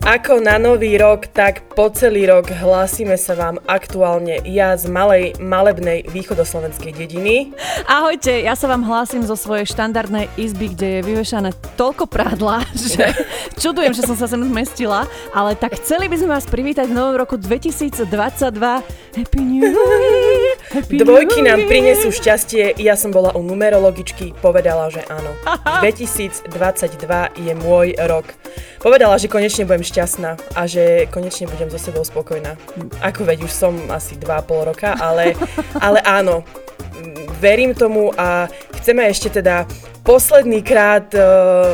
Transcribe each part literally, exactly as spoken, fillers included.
Ako na nový rok, tak po celý rok hlásime sa vám aktuálne ja z malej, malebnej východoslovenskej dediny. Ahojte, ja sa vám hlásim zo svojej štandardnej izby, kde je vyvešané toľko prádla, že čudujem, že som sa sem zmestila, ale tak chceli by sme vás privítať v novom roku dvetisícdvadsaťdva. Happy New Year! Happy Dvojky New nám Year. prinesú šťastie, ja som bola u numerologičky, povedala, že áno. dvetisícdvadsaťdva je môj rok. Povedala, že konečne budem šťastná a že konečne budem so sebou spokojná. Ako veď už som asi dva a pol roka, ale, ale áno, verím tomu a chceme ešte teda posledný krát, uh,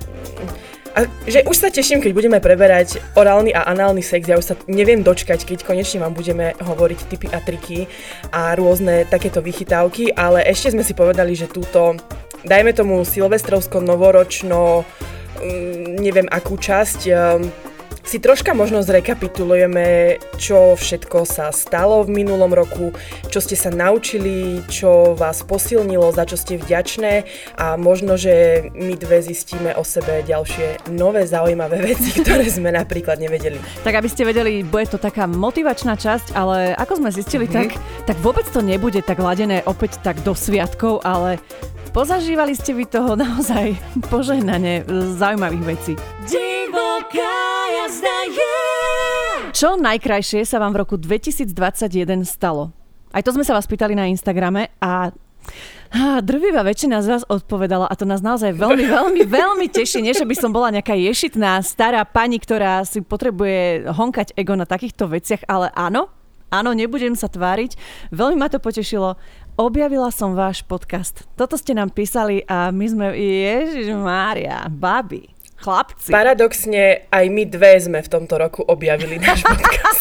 a že už sa teším, keď budeme preberať orálny a análny sex. Ja už sa neviem dočkať, keď konečne vám budeme hovoriť tipy a triky a rôzne takéto vychytávky, ale ešte sme si povedali, že túto, dajme tomu silvestrovsko-novoročno, neviem akú časť, si troška možno zrekapitulujeme, čo všetko sa stalo v minulom roku, čo ste sa naučili, čo vás posilnilo, za čo ste vďačné a možno, že my dve zistíme o sebe ďalšie nové zaujímavé veci, ktoré sme napríklad nevedeli. Tak aby ste vedeli, bude to taká motivačná časť, ale ako sme zistili, mm-hmm. tak, tak vôbec to nebude tak ladené opäť tak do sviatkov, ale pozažívali ste vy toho naozaj požehnanie zaujímavých vecí. Divoká jazda je! Čo najkrajšie sa vám v roku dvetisícdvadsaťjeden stalo? Aj to sme sa vás pýtali na Instagrame a Á, drvivá väčšina z vás odpovedala a to nás naozaj veľmi, veľmi, veľmi teší. Nie, že by som bola nejaká ješitná stará pani, ktorá si potrebuje honkať ego na takýchto veciach, ale áno, áno, nebudem sa tváriť. Veľmi ma to potešilo. Objavila som váš podcast. Toto ste nám písali a my sme, Ježišmária, babi, chlapci. Paradoxne aj my dve sme v tomto roku objavili náš podcast.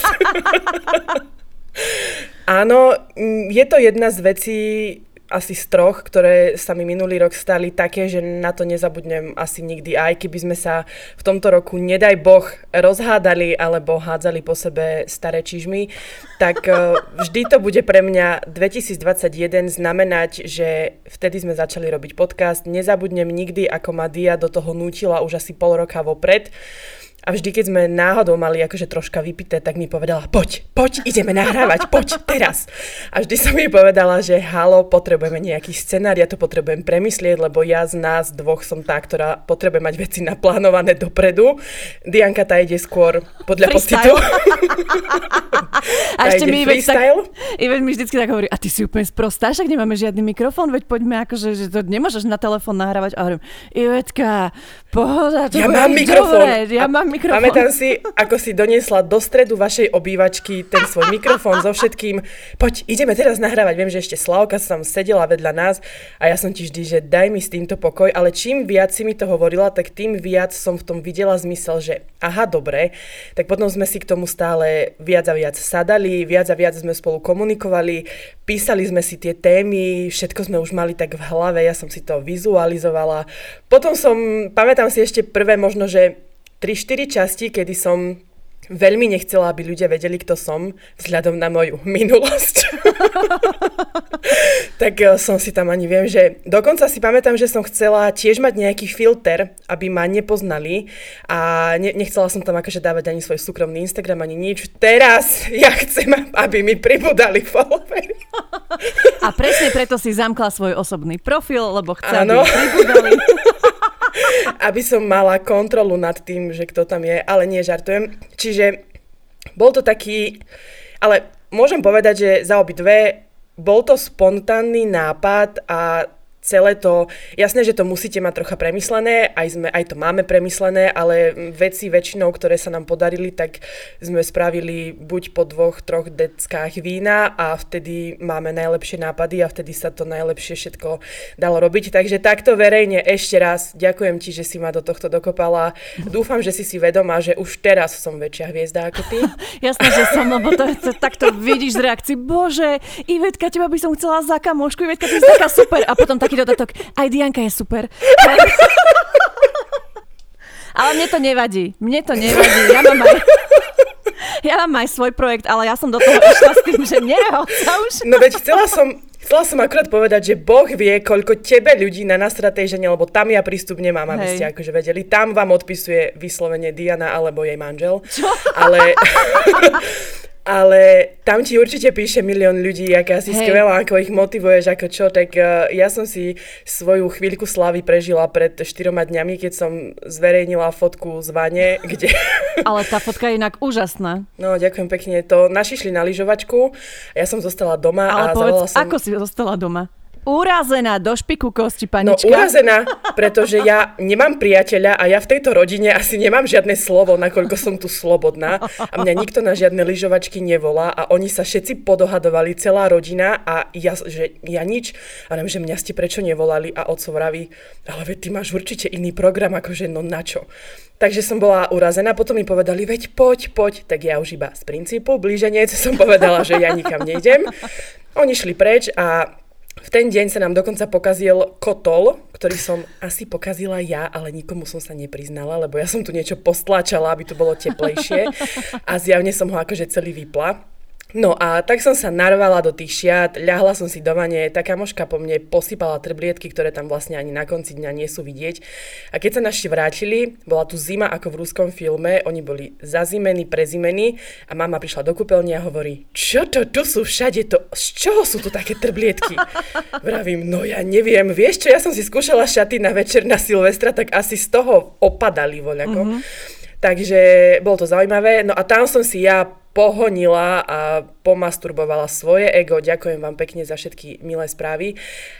Áno, je to jedna z vecí, asi z troch, ktoré sa mi minulý rok stali také, že na to nezabudnem asi nikdy, aj keby sme sa v tomto roku, nedaj Boh, rozhádali alebo hádzali po sebe staré čižmy, tak vždy to bude pre mňa dvetisícdvadsaťjeden znamenať, že vtedy sme začali robiť podcast. Nezabudnem nikdy, ako ma Dia do toho nútila už asi pol roka vopred. A vždy, keď sme náhodou mali akože troška vypité, tak mi povedala, poď, poď, ideme nahrávať, poď, teraz. A vždy som jej povedala, že halo, potrebujeme nejaký scenár, ja to potrebujem premyslieť, lebo ja z nás dvoch som tá, ktorá potrebuje mať veci naplánované dopredu. Dianka tá ide skôr podľa pocitu. A ešte mi Iveť mi vždycky tak hovorí, a ty si úplne sprostá, však nemáme žiadny mikrofón, veď poďme akože, že to nemôžeš na telefón nahrávať. A hovorím, Ivetka, pohoda, to ja mám mikrofón. Dobre, ja mám mikrofón. Pamätám si, ako si doniesla do stredu vašej obývačky ten svoj mikrofón so všetkým. Poď, ideme teraz nahrávať. Viem, že ešte Slavka sa tam sedela vedľa nás a ja som ti vždy, že daj mi s týmto pokoj, ale čím viac si mi to hovorila, tak tým viac som v tom videla zmysel, že aha, dobre, tak potom sme si k tomu stále viac a viac sadali, viac a viac sme spolu komunikovali, písali sme si tie témy, všetko sme už mali tak v hlave, ja som si to vizualizovala. Potom som, pamätám si ešte prvé možno, že tri štyri časti, kedy som veľmi nechcela, aby ľudia vedeli, kto som, vzhľadom na moju minulosť. Tak som si tam ani viem, že dokonca si pamätám, že som chcela tiež mať nejaký filter, aby ma nepoznali a ne- nechcela som tam akože dávať ani svoj súkromný Instagram, ani nič. Teraz ja chcem, aby mi pribudali followery. A presne preto si zamkla svoj osobný profil, lebo chce, aby pribudali. Aby som mala kontrolu nad tým, že kto tam je, ale nie, žartujem. Čiže bol to taký, ale môžem povedať, že za obidve bol to spontánny nápad a celé to, jasné, že to musíte mať trocha premyslené, aj, sme, aj to máme premyslené, ale veci väčšinou, ktoré sa nám podarili, tak sme spravili buď po dvoch, troch deckách vína a vtedy máme najlepšie nápady a vtedy sa to najlepšie všetko dalo robiť. Takže takto verejne ešte raz ďakujem ti, že si ma do tohto dokopala. Dúfam, že si si vedomá, že už teraz som väčšia hviezda ako ty. Jasné, že som, lebo to, to, takto vidíš z reakcií. Bože, Ivetka, teba by som chcela za kamošku, Ivetka, ty si taká super. A potom taký dodatok, aj Dianka je super. Ale mne to nevadí. Mne to nevadí. Ja mám aj, ja mám aj svoj projekt, ale ja som do toho išla s tým, že nerehoď sa už. No veď chcela som, Chcela som akurát povedať, že Boh vie, koľko tebe ľudí na nastratej žene, lebo tam ja prístup nemám, aby Hej. ste akože vedeli. Tam vám odpisuje vyslovene Diana alebo jej manžel. Čo? Ale... Ale tam ti určite píše milión ľudí, aká si Hej. skvelá, ako ich motivuješ, ako čo, tak uh, ja som si svoju chvíľku slávy prežila pred štyroma dňami, keď som zverejnila fotku z vane, kde... Ale tá fotka je inak úžasná. No, ďakujem pekne. To naši šli na lyžovačku, ja som zostala doma. Ale a povedz, som... ako si zostala doma? Urazená do špiku kosti, panička. No urazená, pretože ja nemám priateľa a ja v tejto rodine asi nemám žiadne slovo, nakoľko som tu slobodná a mňa nikto na žiadne lyžovačky nevolá a oni sa všetci podohadovali, celá rodina a ja, že ja nič. A neviem, že mňa ste prečo nevolali a otco vraví, ale veď ty máš určite iný program, akože no na čo. Takže som bola urazená, potom mi povedali, veď poď, poď, tak ja už iba z princípu blíženec som povedala, že ja nikam nejdem. Oni šli preč a v ten deň sa nám dokonca pokazil kotol, ktorý som asi pokazila ja, ale nikomu som sa nepriznala, lebo ja som tu niečo postláčala, aby to bolo teplejšie a zjavne som ho akože celý vypla. No a tak som sa narvala do tých šiat, ľahla som si do vane, tá kamoška po mne posypala trblietky, ktoré tam vlastne ani na konci dňa nie sú vidieť. A keď sa naši vrátili, bola tu zima ako v ruskom filme, oni boli zazimení, prezimení a mama prišla do kúpeľne a hovorí, čo to tu sú všade, to, z čoho sú tu také trblietky? Vravím, no ja neviem, vieš čo, ja som si skúšala šaty na večer na Silvestra, tak asi z toho opadali voľako. Mm-hmm. Takže bolo to zaujímavé, no a tam som si ja pohonila a pomasturbovala svoje ego. Ďakujem vám pekne za všetky milé správy.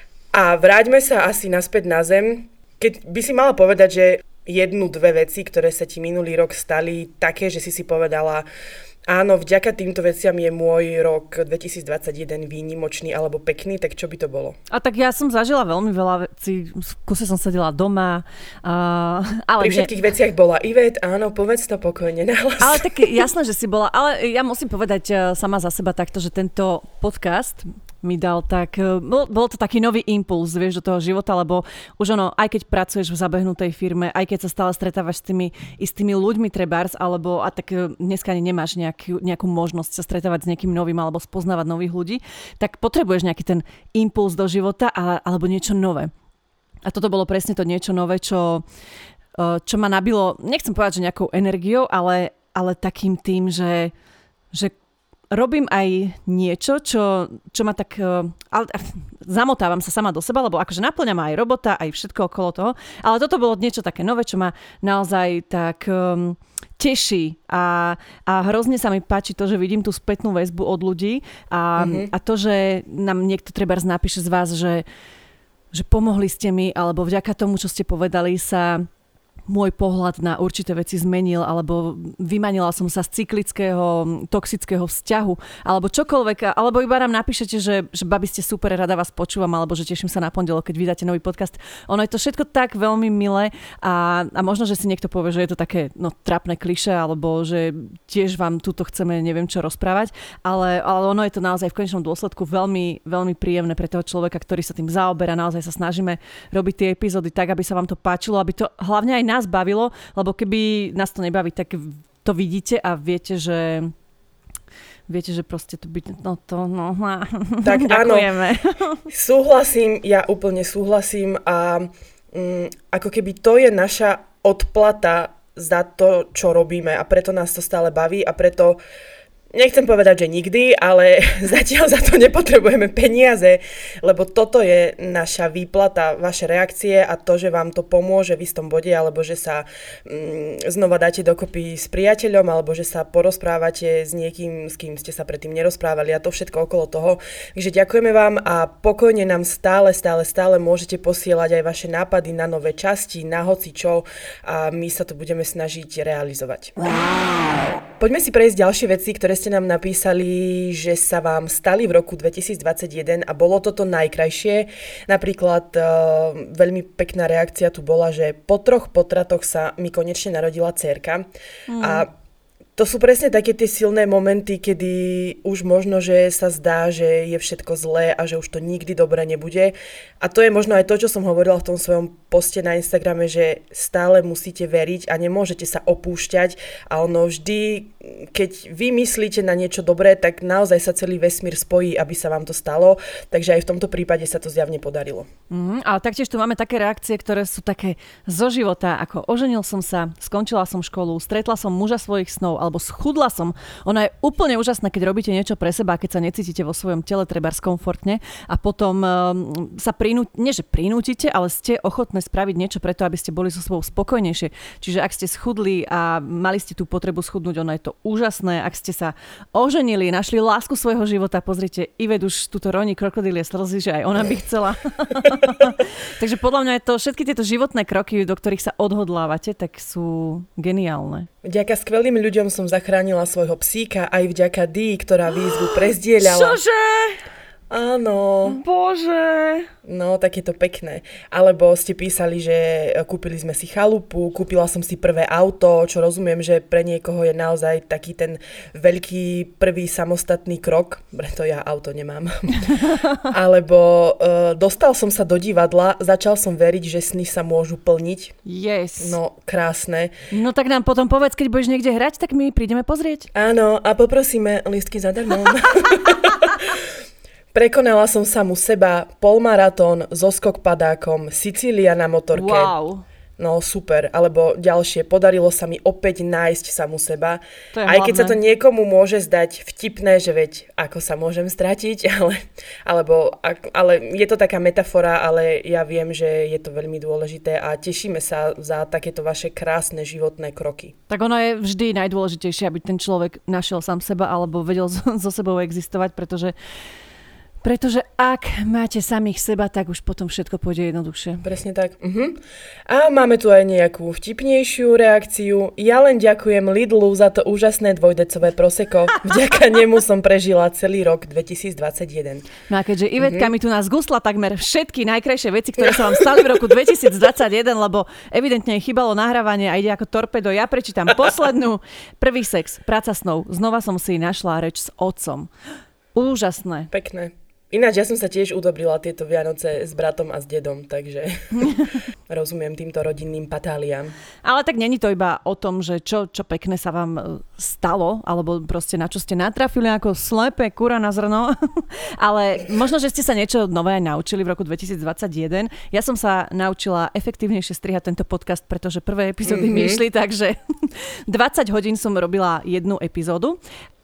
A vráťme sa asi naspäť na zem. Keď by si mala povedať, že jednu, dve veci, ktoré sa ti minulý rok stali, také, že si si povedala, áno, vďaka týmto veciam je môj rok dvetisícdvadsaťjeden výnimočný alebo pekný, tak čo by to bolo? A tak ja som zažila veľmi veľa vecí. V kuse som sedela doma. Uh, ale Pri všetkých ne... veciach bola Ivet, áno, povedz to pokojne nahlas. Ale tak jasné, že si bola. Ale ja musím povedať sama za seba takto, že tento podcast mi dal tak, bol, bol to taký nový impuls, vieš, do toho života, lebo už ono, aj keď pracuješ v zabehnutej firme, aj keď sa stále stretávaš s tými istými ľuďmi trebárs, alebo a tak dneska ani nemáš nejakú, nejakú možnosť sa stretávať s niekým novým alebo spoznávať nových ľudí, tak potrebuješ nejaký ten impuls do života a, alebo niečo nové. A toto bolo presne to niečo nové, čo, čo ma nabilo, nechcem povedať, že nejakou energiou, ale, ale takým tým, že, že robím aj niečo, čo, čo ma tak... Ale, zamotávam sa sama do seba, lebo akože naplňa ma aj robota, aj všetko okolo toho. Ale toto bolo niečo také nové, čo ma naozaj tak um, teší. A, a hrozne sa mi páči to, že vidím tú spätnú väzbu od ľudí. A, mm-hmm. a to, že nám niekto trebárs napíše z vás, že, že pomohli ste mi, alebo vďaka tomu, čo ste povedali, sa... môj pohľad na určité veci zmenil, alebo vymanila som sa z cyklického, toxického vzťahu, alebo čokoľvek, alebo iba nám napíšete, že, že babi ste super, rada vás počúvam, alebo že teším sa na pondelok, keď vydáte nový podcast. Ono je to všetko tak veľmi milé a, a možno, že si niekto povie, že je to také no, trapné klišé, alebo že tiež vám tuto chceme neviem čo rozprávať, ale, ale ono je to naozaj v konečnom dôsledku veľmi, veľmi príjemné pre toho človeka, ktorý sa tým zaoberá. Naozaj sa snažíme robiť tie epizódy tak, aby sa vám to páčilo, aby to hlavne aj nás bavilo, lebo keby nás to nebaví, tak to vidíte a viete, že viete, že proste to byť, no to, no, tak ďakujeme. Áno, súhlasím, ja úplne súhlasím a um, ako keby to je naša odplata za to, čo robíme a preto nás to stále baví a preto nechcem povedať, že nikdy, ale zatiaľ za to nepotrebujeme peniaze, lebo toto je naša výplata, vaše reakcie a to, že vám to pomôže v istom bode, alebo že sa mm, znova dáte dokopy s priateľom, alebo že sa porozprávate s niekým, s kým ste sa predtým nerozprávali a to všetko okolo toho. Takže ďakujeme vám a pokojne nám stále, stále, stále môžete posielať aj vaše nápady na nové časti, na hocičo a my sa to budeme snažiť realizovať. Wow. Poďme si prejsť ďalšie veci, ktoré ste nám napísali, že sa vám stali v roku dvetisícdvadsaťjeden a bolo toto najkrajšie. Napríklad uh, veľmi pekná reakcia tu bola, že po troch potratoch sa mi konečne narodila dcérka. Mm. A To sú presne také tie silné momenty, kedy už možno, že sa zdá, že je všetko zlé a že už to nikdy dobré nebude. A to je možno aj to, čo som hovorila v tom svojom poste na Instagrame, že stále musíte veriť a nemôžete sa opúšťať a ono vždy, keď vy myslíte na niečo dobré, tak naozaj sa celý vesmír spojí, aby sa vám to stalo. Takže aj v tomto prípade sa to zjavne podarilo. Mm, ale taktiež tu máme také reakcie, ktoré sú také zo života, ako oženil som sa, skončila som školu, stretla som muža svojich snov, alebo schudla som. Ona je úplne úžasná, keď robíte niečo pre seba, keď sa necítite vo svojom tele trebárs komfortne a potom um, sa prinú, nie že prinútite, ale ste ochotné spraviť niečo preto, aby ste boli so sebou spokojnejšie. Čiže ak ste schudli a mali ste tú potrebu schudnúť, ono je to úžasné. Ak ste sa oženili, našli lásku svojho života, pozrite, Ivet už túto roní krokodílie slzy, že aj ona by chcela. Takže podľa mňa je to všetky tieto životné kroky, do ktorých sa odhodlávate, tak sú geniálne. Vďaka skvelým ľuďom som zachránila svojho psíka, aj vďaka Dee, ktorá výzvu prezdieľala. Čože? Áno. Bože. No, tak je to pekné. Alebo ste písali, že kúpili sme si chalupu, kúpila som si prvé auto, čo rozumiem, že pre niekoho je naozaj taký ten veľký prvý samostatný krok, preto ja auto nemám. Alebo uh, dostal som sa do divadla, začal som veriť, že sny sa môžu plniť. Yes. No, krásne. No tak nám potom povedz, keď budeš niekde hrať, tak my prídeme pozrieť. Áno, a poprosíme lístky zadarmo. Prekonala som samu seba, polmaratón so skok padákom, Sicília na motorke. Wow. No super, alebo ďalšie, podarilo sa mi opäť nájsť samu seba. To je Aj keď hlavné. sa to niekomu môže zdať vtipné, že veď ako sa môžem stratiť, ale, alebo, ale je to taká metafora, ale ja viem, že je to veľmi dôležité a tešíme sa za takéto vaše krásne životné kroky. Tak ono je vždy najdôležitejšie, aby ten človek našiel sám seba alebo vedel so, so sebou existovať, pretože Pretože ak máte samých seba, tak už potom všetko pôjde jednoduchšie. Presne tak. Uh-huh. A máme tu aj nejakú vtipnejšiu reakciu. Ja len ďakujem Lidlu za to úžasné dvojdecové proseko. Vďaka nemu som prežila celý rok dvetisícdvadsaťjeden. No a keďže Ivetka uh-huh. mi tu nás gusla takmer všetky najkrajšie veci, ktoré sa vám stali v roku dvetisícdvadsaťjeden, lebo evidentne chýbalo nahrávanie a ide ako torpedo. Ja prečítam poslednú. Prvý sex, práca snov. Znova som si našla reč s otcom. Úžasné. Pekné. Ináč, ja som sa tiež udobrila tieto Vianoce s bratom a s dedom, takže rozumiem týmto rodinným patáliám. Ale tak není to iba o tom, že čo, čo pekné sa vám stalo, alebo proste na čo ste natrafili ako slepé kura na zrno, ale možno, že ste sa niečo nové naučili v roku dvetisícdvadsaťjeden. Ja som sa naučila efektívnejšie strihať tento podcast, pretože prvé epizódy mm-hmm. mi išli, takže dvadsať hodín som robila jednu epizódu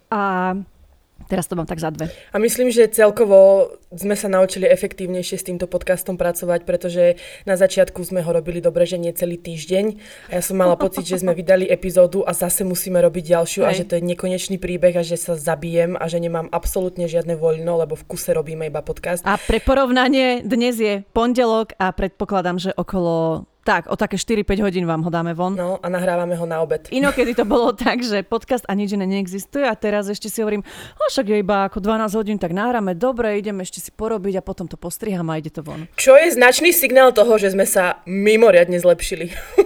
a teraz to mám tak za dve. A myslím, že celkovo sme sa naučili efektívnejšie s týmto podcastom pracovať, pretože na začiatku sme ho robili dobre, že nie celý týždeň. A ja som mala pocit, že sme vydali epizódu a zase musíme robiť ďalšiu. Hej. A že to je nekonečný príbeh a že sa zabijem a že nemám absolútne žiadne voľno, lebo v kuse robíme iba podcast. A pre porovnanie, dnes je pondelok a predpokladám, že okolo tak, o také štyri päť hodín vám ho dáme von. No a nahrávame ho na obed. Inokedy to bolo tak, že podcast a nič iné neexistuje a teraz ešte si hovorím, o však je iba ako dvanásť hodín, tak nahráme, dobre, ideme ešte si porobiť a potom to postriham a ide to von. Čo je značný signál toho, že sme sa mimoriadne zlepšili.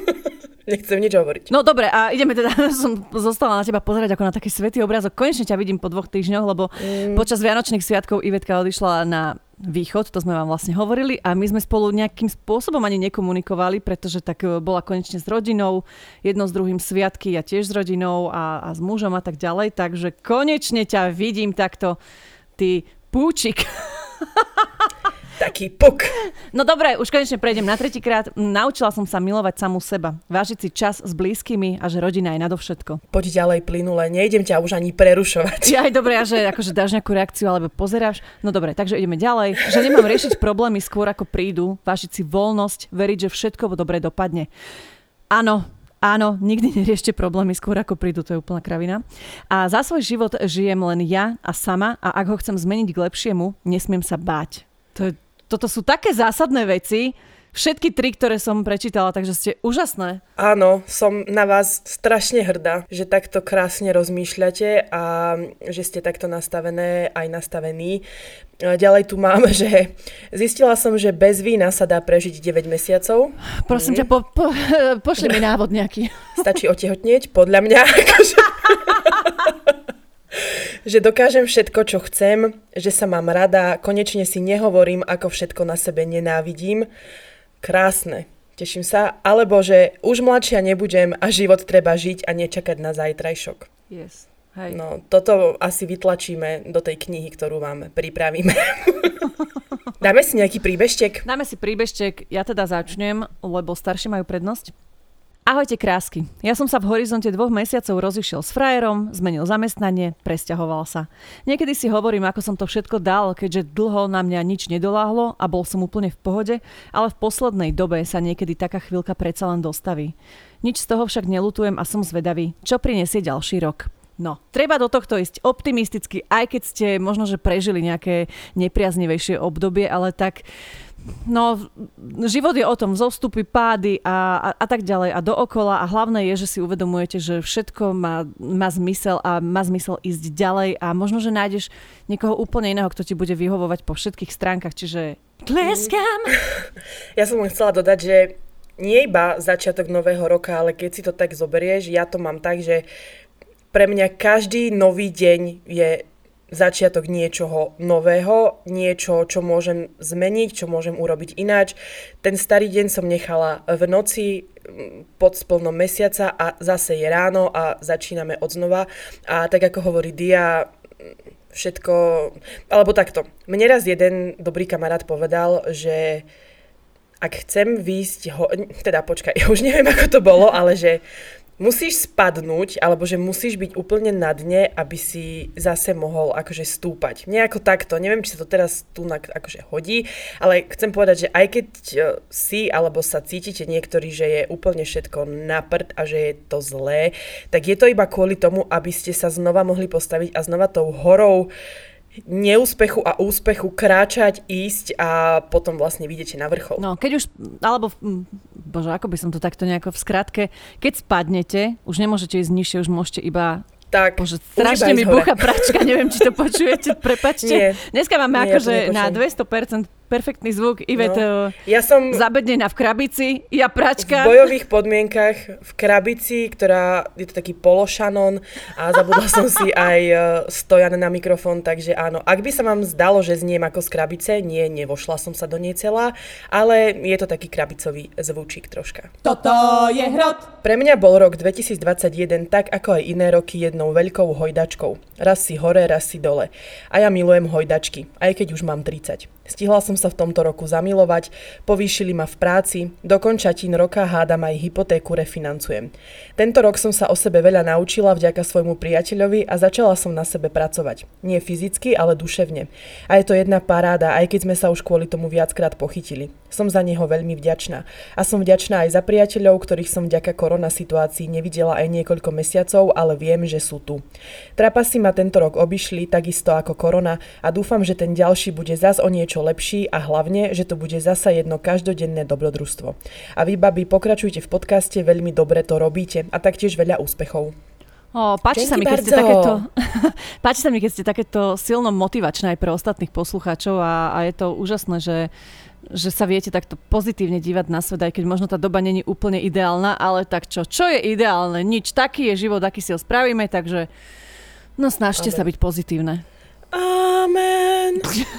Nechcem nič hovoriť. No dobre, a ideme teda, som zostala na teba pozerať ako na taký svätý obrázok. Konečne ťa vidím po dvoch týždňoch, lebo mm. počas Vianočných sviatkov Ivetka odišla na východ, to sme vám vlastne hovorili a my sme spolu nejakým spôsobom ani nekomunikovali, pretože tak bola konečne s rodinou, jedno s druhým sviatky, ja tiež s rodinou a, a s mužom a tak ďalej, takže konečne ťa vidím takto, ty púčik. Taký puk. No dobre, už konečne prejdem na tretíkrát. Naučila som sa milovať samú seba. Vážiť si čas s blízkymi a že rodina je nadovšetko. Poď ďalej plynule, nejdem ťa už ani prerušovať. Ja aj dobre, a že akože dáš nejakú reakciu alebo pozeráš. No dobre, takže ideme ďalej. Že nemám riešiť problémy skôr ako prídu. Vážiť si voľnosť, veriť, že všetko dobre dopadne. Áno. Áno, nikdy neriešte problémy skôr ako prídu, to je úplná kravina. A za svoj život žijem len ja a sama a ak ho chcem zmeniť k lepšiemu, nesmiem sa báť. To je Toto sú také zásadné veci, všetky tri, ktoré som prečítala, takže ste úžasné. Áno, som na vás strašne hrdá, že takto krásne rozmýšľate a že ste takto nastavené aj nastavení. Ďalej tu mám, že zistila som, že bez vína sa dá prežiť deväť mesiacov. Prosím mm. ťa, po, po, pošli mi návod nejaký. Stačí otehotnieť, podľa mňa. Akože... Že dokážem všetko, čo chcem, že sa mám rada, konečne si nehovorím, ako všetko na sebe nenávidím. Krásne, teším sa. Alebo že už mladšia nebudem a život treba žiť a nečakať na zajtrajšok. Yes. Hej. No, toto asi vytlačíme do tej knihy, ktorú vám pripravíme. Dáme si nejaký príbeštek? Dáme si príbeštek, ja teda začnem, lebo starší majú prednosť. Ahojte krásky. Ja som sa v horizonte dvoch mesiacov rozišiel s frajerom, zmenil zamestnanie, presťahoval sa. Niekedy si hovorím, ako som to všetko dal, keďže dlho na mňa nič nedoláhlo a bol som úplne v pohode, ale v poslednej dobe sa niekedy taká chvíľka predsa len dostaví. Nič z toho však neľutujem a som zvedavý, čo prinesie ďalší rok. No, treba do tohto ísť optimisticky, aj keď ste možno, že prežili nejaké nepriaznivejšie obdobie, ale tak... No, život je o tom, zostupy, pády a, a, a tak ďalej a dookola a hlavné je, že si uvedomujete, že všetko má, má zmysel a má zmysel ísť ďalej a možno, že nájdeš niekoho úplne iného, kto ti bude vyhovovať po všetkých stránkach, čiže tleskám. Ja som len chcela dodať, že nie iba začiatok nového roka, ale keď si to tak zoberieš, ja to mám tak, že pre mňa každý nový deň je začiatok niečoho nového, niečo, čo môžem zmeniť, čo môžem urobiť ináč. Ten starý deň som nechala v noci pod splnom mesiaca a zase je ráno a začíname odznova. A tak ako hovorí Dia, všetko... Alebo takto. Mne raz jeden dobrý kamarát povedal, že ak chcem výjsť... Ho... Teda počkaj, ja už neviem, ako to bolo, ale že... Musíš spadnúť, alebo že musíš byť úplne na dne, aby si zase mohol akože stúpať. Nejako takto, neviem, či sa to teraz tu akože hodí, ale chcem povedať, že aj keď si, alebo sa cítite niektorí, že je úplne všetko na prd a že je to zlé, tak je to iba kvôli tomu, aby ste sa znova mohli postaviť a znova tou horou neúspechu a úspechu kráčať, ísť a potom vlastne vyjdete na vrchol. No, keď už, alebo, bože, ako by som to takto nejako v skratke, keď spadnete, už nemôžete ísť nižšie, už môžete iba... Tak, bože, strašne mi búcha pračka, neviem, či to počujete, prepačte. Nie. Dneska máme Nie, akože ja na dvesto percent perfektný zvuk. Ivet no. ja som zabednená v krabici, ja pračka. V bojových podmienkach v krabici, ktorá je to taký pološanon a zabudla som si aj stojan na mikrofón, takže áno. Ak by sa vám zdalo, že zniem ako z krabice, nie, nevošla som sa do nej celá, ale je to taký krabicový zvučík troška. Toto je hrot. Pre mňa bol rok dvetisícdvadsaťjeden tak ako aj iné roky jednou veľkou hojdačkou. Raz si hore, raz si dole. A ja milujem hojdačky, aj keď už mám tridsať. Stihla som sa v tomto roku zamilovať, povýšili ma v práci, do končatín roka hádam aj hypotéku refinancujem. Tento rok som sa o sebe veľa naučila vďaka svojmu priateľovi a začala som na sebe pracovať. Nie fyzicky, ale duševne. A je to jedna paráda, aj keď sme sa už kvôli tomu viackrát pochytili. Som za neho veľmi vďačná. A som vďačná aj za priateľov, ktorých som vďaka korona situácii nevidela aj niekoľko mesiacov, ale viem, že sú tu. Trapasy ma tento rok obišli, takisto ako korona a dúfam, že ten ďalší bude zas o niečo lepší a hlavne, že to bude zasa jedno každodenné dobrodružstvo. A vy, babi, pokračujte v podcaste, veľmi dobre to robíte a taktiež veľa úspechov. O, páči sa mi, keď ste takéto, páči sa mi, keď ste takéto silno motivačné aj pre ostatných poslucháčov a, a je to úžasné, že, že sa viete takto pozitívne dívať na svet, aj keď možno tá doba není úplne ideálna, ale tak čo, čo je ideálne? Nič, taký je život, aký si ho spravíme, takže no snažte Amen. sa byť pozitívne. Amen.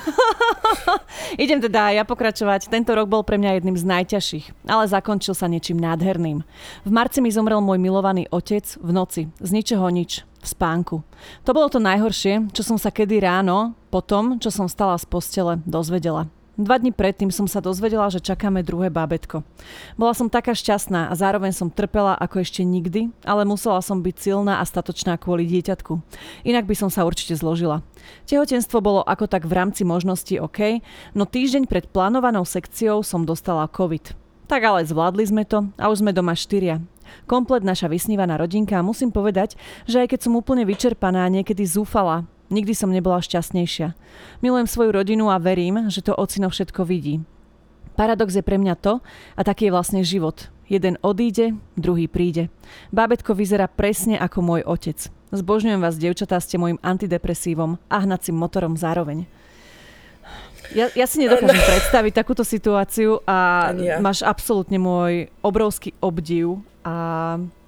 Idem teda ja pokračovať. Tento rok bol pre mňa jedným z najťažších, ale zakončil sa niečím nádherným. V marci mi zomrel môj milovaný otec v noci. Z ničoho nič. V spánku. To bolo to najhoršie, čo som sa kedy ráno, po tom, čo som vstala z postele, dozvedela. Dva dni predtým som sa dozvedela, že čakáme druhé bábätko. Bola som taká šťastná a zároveň som trpela ako ešte nikdy, ale musela som byť silná a statočná kvôli dieťatku. Inak by som sa určite zložila. Tehotenstvo bolo ako tak v rámci možností OK, no týždeň pred plánovanou sekciou som dostala COVID. Tak ale zvládli sme to a už sme doma štyria. Komplet naša vysnívaná rodinka a musím povedať, že aj keď som úplne vyčerpaná, niekedy zúfala, nikdy som nebola šťastnejšia. Milujem svoju rodinu a verím, že to ocino všetko vidí. Paradox je pre mňa to, a taký je vlastne život. Jeden odíde, druhý príde. Bábätko vyzerá presne ako môj otec. Zbožňujem vás, dievčatá, ste môjim antidepresívom a hnacím motorom zároveň. Ja, ja si nedokážem no. predstaviť takúto situáciu a ja. máš absolútne môj obrovský obdiv a...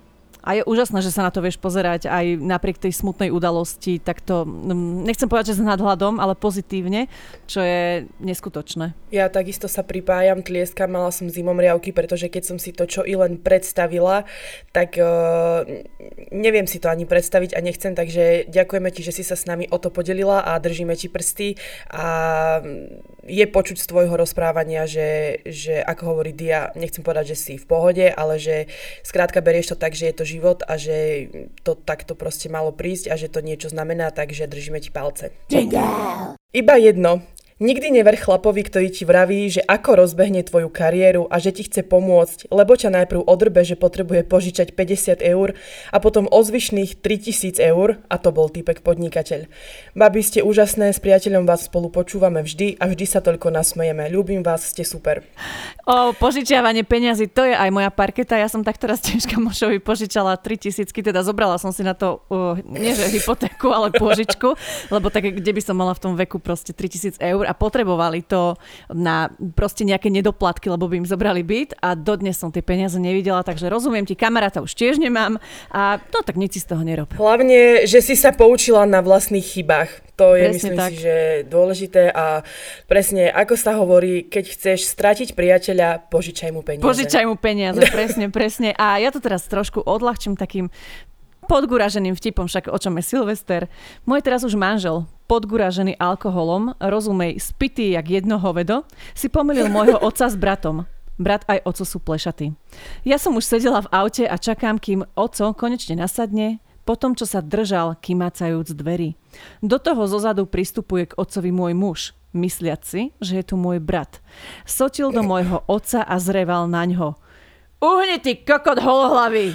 A je úžasné, že sa na to vieš pozerať aj napriek tej smutnej udalosti, tak to, nechcem povedať, že s nadhľadom, ale pozitívne, čo je neskutočné. Ja takisto sa pripájam, tlieskam, mala som zimomriavky, pretože keď som si to čo i len predstavila, tak uh, neviem si to ani predstaviť a nechcem, takže ďakujeme ti, že si sa s nami o to podelila a držíme ti prsty a je počuť z tvojho rozprávania, že, že ako hovorí Dia, nechcem povedať, že si v pohode, ale že skrátka berieš to tak, že je to život a že to takto proste malo prísť a že to niečo znamená, takže držíme ti palce. Jingle. Iba jedno. Nikdy never chlapovi, ktorý ti vraví, že ako rozbehne tvoju kariéru a že ti chce pomôcť, lebo ťa najprv odrbe, že potrebuje požičať päťdesiat eur a potom o zvyšných tritisíc eur, a to bol týpek podnikateľ. Babi, ste úžasné, s priateľom vás spolu počúvame vždy a vždy sa toľko nasmejeme. Ľúbim vás, ste super. O požičiavanie peňazí, to je aj moja parketa. Ja som takto raz tiež kamošovi požičala tritisícky, teda zobrala som si na to, uh, nie že hypotéku, ale pôžičku, lebo tak, kde by som mala v tom veku proste tritisíc eur a potrebovali to na proste nejaké nedoplatky, lebo by im zobrali byt a dodnes som tie peniaze nevidela, takže rozumiem ti, kamaráta už tiež nemám a to tak nič si z toho nerob. Hlavne, že si sa poučila na vlastných chybách. To je, Presne myslím tak. si, že dôležité a presne, ako sa hovorí, keď chceš stratiť priateľa, požičaj mu peniaze. Požičaj mu peniaze, presne, presne. A ja to teraz trošku odľahčím takým podguraženým vtipom, však o čom je Silvester. Môj teraz už manžel, podguražený alkoholom, rozumej, spitý jak jedno hovedo, si pomýlil môjho otca s bratom. Brat aj oco sú plešatí. Ja som už sedela v aute a čakám, kým oco konečne nasadne, potom čo sa držal, kymácajúc dverí. Do toho zozadu pristupuje k otcovi môj muž, mysliac si, že je tu môj brat. Sotil do môjho otca a zreval naňho. Uhni ty kokot holohlavý!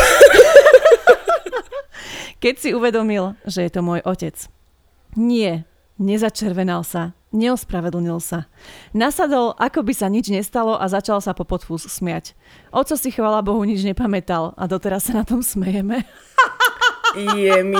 Keď si uvedomil, že je to môj otec. Nie, nezačervenal sa, neospravedlnil sa. Nasadol, ako by sa nič nestalo a začal sa po podfús smiať. Oco si chvála Bohu nič nepamätal a doteraz sa na tom smejeme. Je mi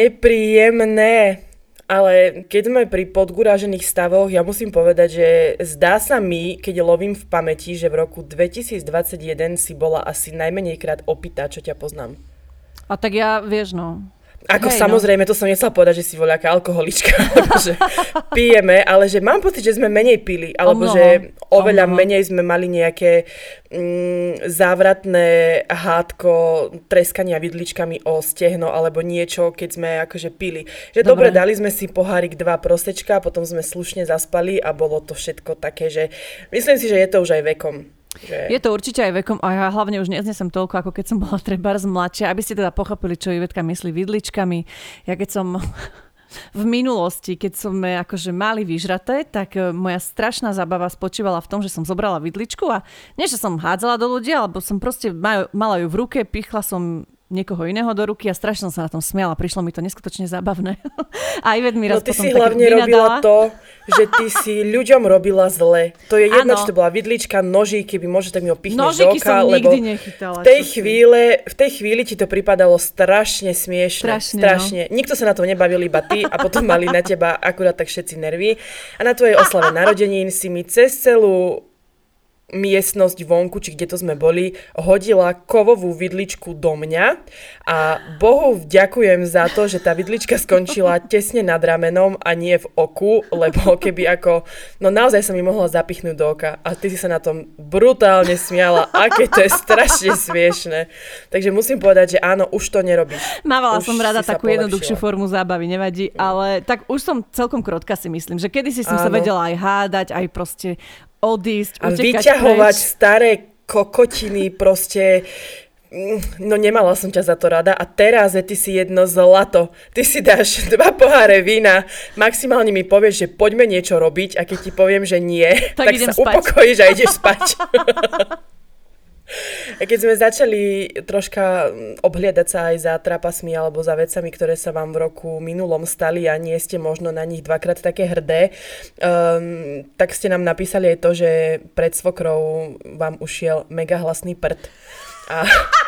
nepríjemné. Ale keď sme pri podgurážených stavoch, ja musím povedať, že zdá sa mi, keď lovím v pamäti, že v roku dvetisícdvadsaťjeden si bola asi najmenejkrát opitá, čo ťa poznám. A tak ja, vieš, no... Ako Hej, samozrejme, no. To som nechcela povedať, že si voľaká alkoholička, alebo že pijeme, ale že mám pocit, že sme menej pili, alebo Omnoho. že oveľa Omnoho. menej sme mali nejaké mm, závratné hádko, treskania vidličkami o stehno, alebo niečo, keď sme akože pili. Že dobre, Dobre dali sme si pohárik dva prosečka, potom sme slušne zaspali a bolo to všetko také, že myslím si, že je to už aj vekom. Že... Je to určite aj vekom a ja hlavne už neznesem toľko, ako keď som bola trebárs mladšia, aby ste teda pochopili, čo Ivetka myslí vidličkami. Ja keď som v minulosti, keď sme akože mali vyžraté, tak moja strašná zábava spočívala v tom, že som zobrala vidličku a nie, že som hádzala do ľudí, alebo som proste mala ju v ruke, pichla som niekoho iného do ruky a strašne som sa na tom smiala. Prišlo mi to neskutočne zábavné. A Ivet mi raz no ty potom si tak hlavne vynadala. robila to, že ty si ľuďom robila zle. To je jedno, Áno. či to bola vidlička, nožík, keby môže, tak mi ho pichneš do Nožiky oka, som lebo nikdy nechytala. v tej, čo si. chvíle, v tej chvíli ti to pripadalo strašne smiešne. Strašne, strašne. No. Nikto sa na to nebavil, iba ty a potom mali na teba akurát tak všetci nervy. A na tvojej oslave narodenín si mi cez celú miestnosť vonku, či kde to sme boli, hodila kovovú vidličku do mňa a Bohu vďakujem za to, že tá vidlička skončila tesne nad ramenom a nie v oku, lebo keby ako, no naozaj sa mi mohla zapichnúť do oka a ty si sa na tom brutálne smiala, aké to je strašne smiešne. Takže musím povedať, že áno, už to nerobíš. Mávala Už som rada si sa takú jednoduchšiu polepšila. formu zábavy, nevadí, ale tak už som celkom krotka si myslím, že kedysi som sa Áno. vedela aj hádať, aj proste odísť, A utekať vyťahovať preč. staré kokotiny proste. No nemala som ťa za to rada a teraz je ty si jedno zlato. Ty si dáš dva poháre vína, maximálne mi povieš, že poďme niečo robiť a keď ti poviem, že nie, Tak tak, idem sa spať. upokojíš a ideš spať. A keď sme začali troška obhliadať sa aj za trapasmi alebo za vecami, ktoré sa vám v roku minulom stali a nie ste možno na nich dvakrát také hrdé, um, tak ste nám napísali aj to, že pred svokrou vám ušiel mega hlasný prd. A...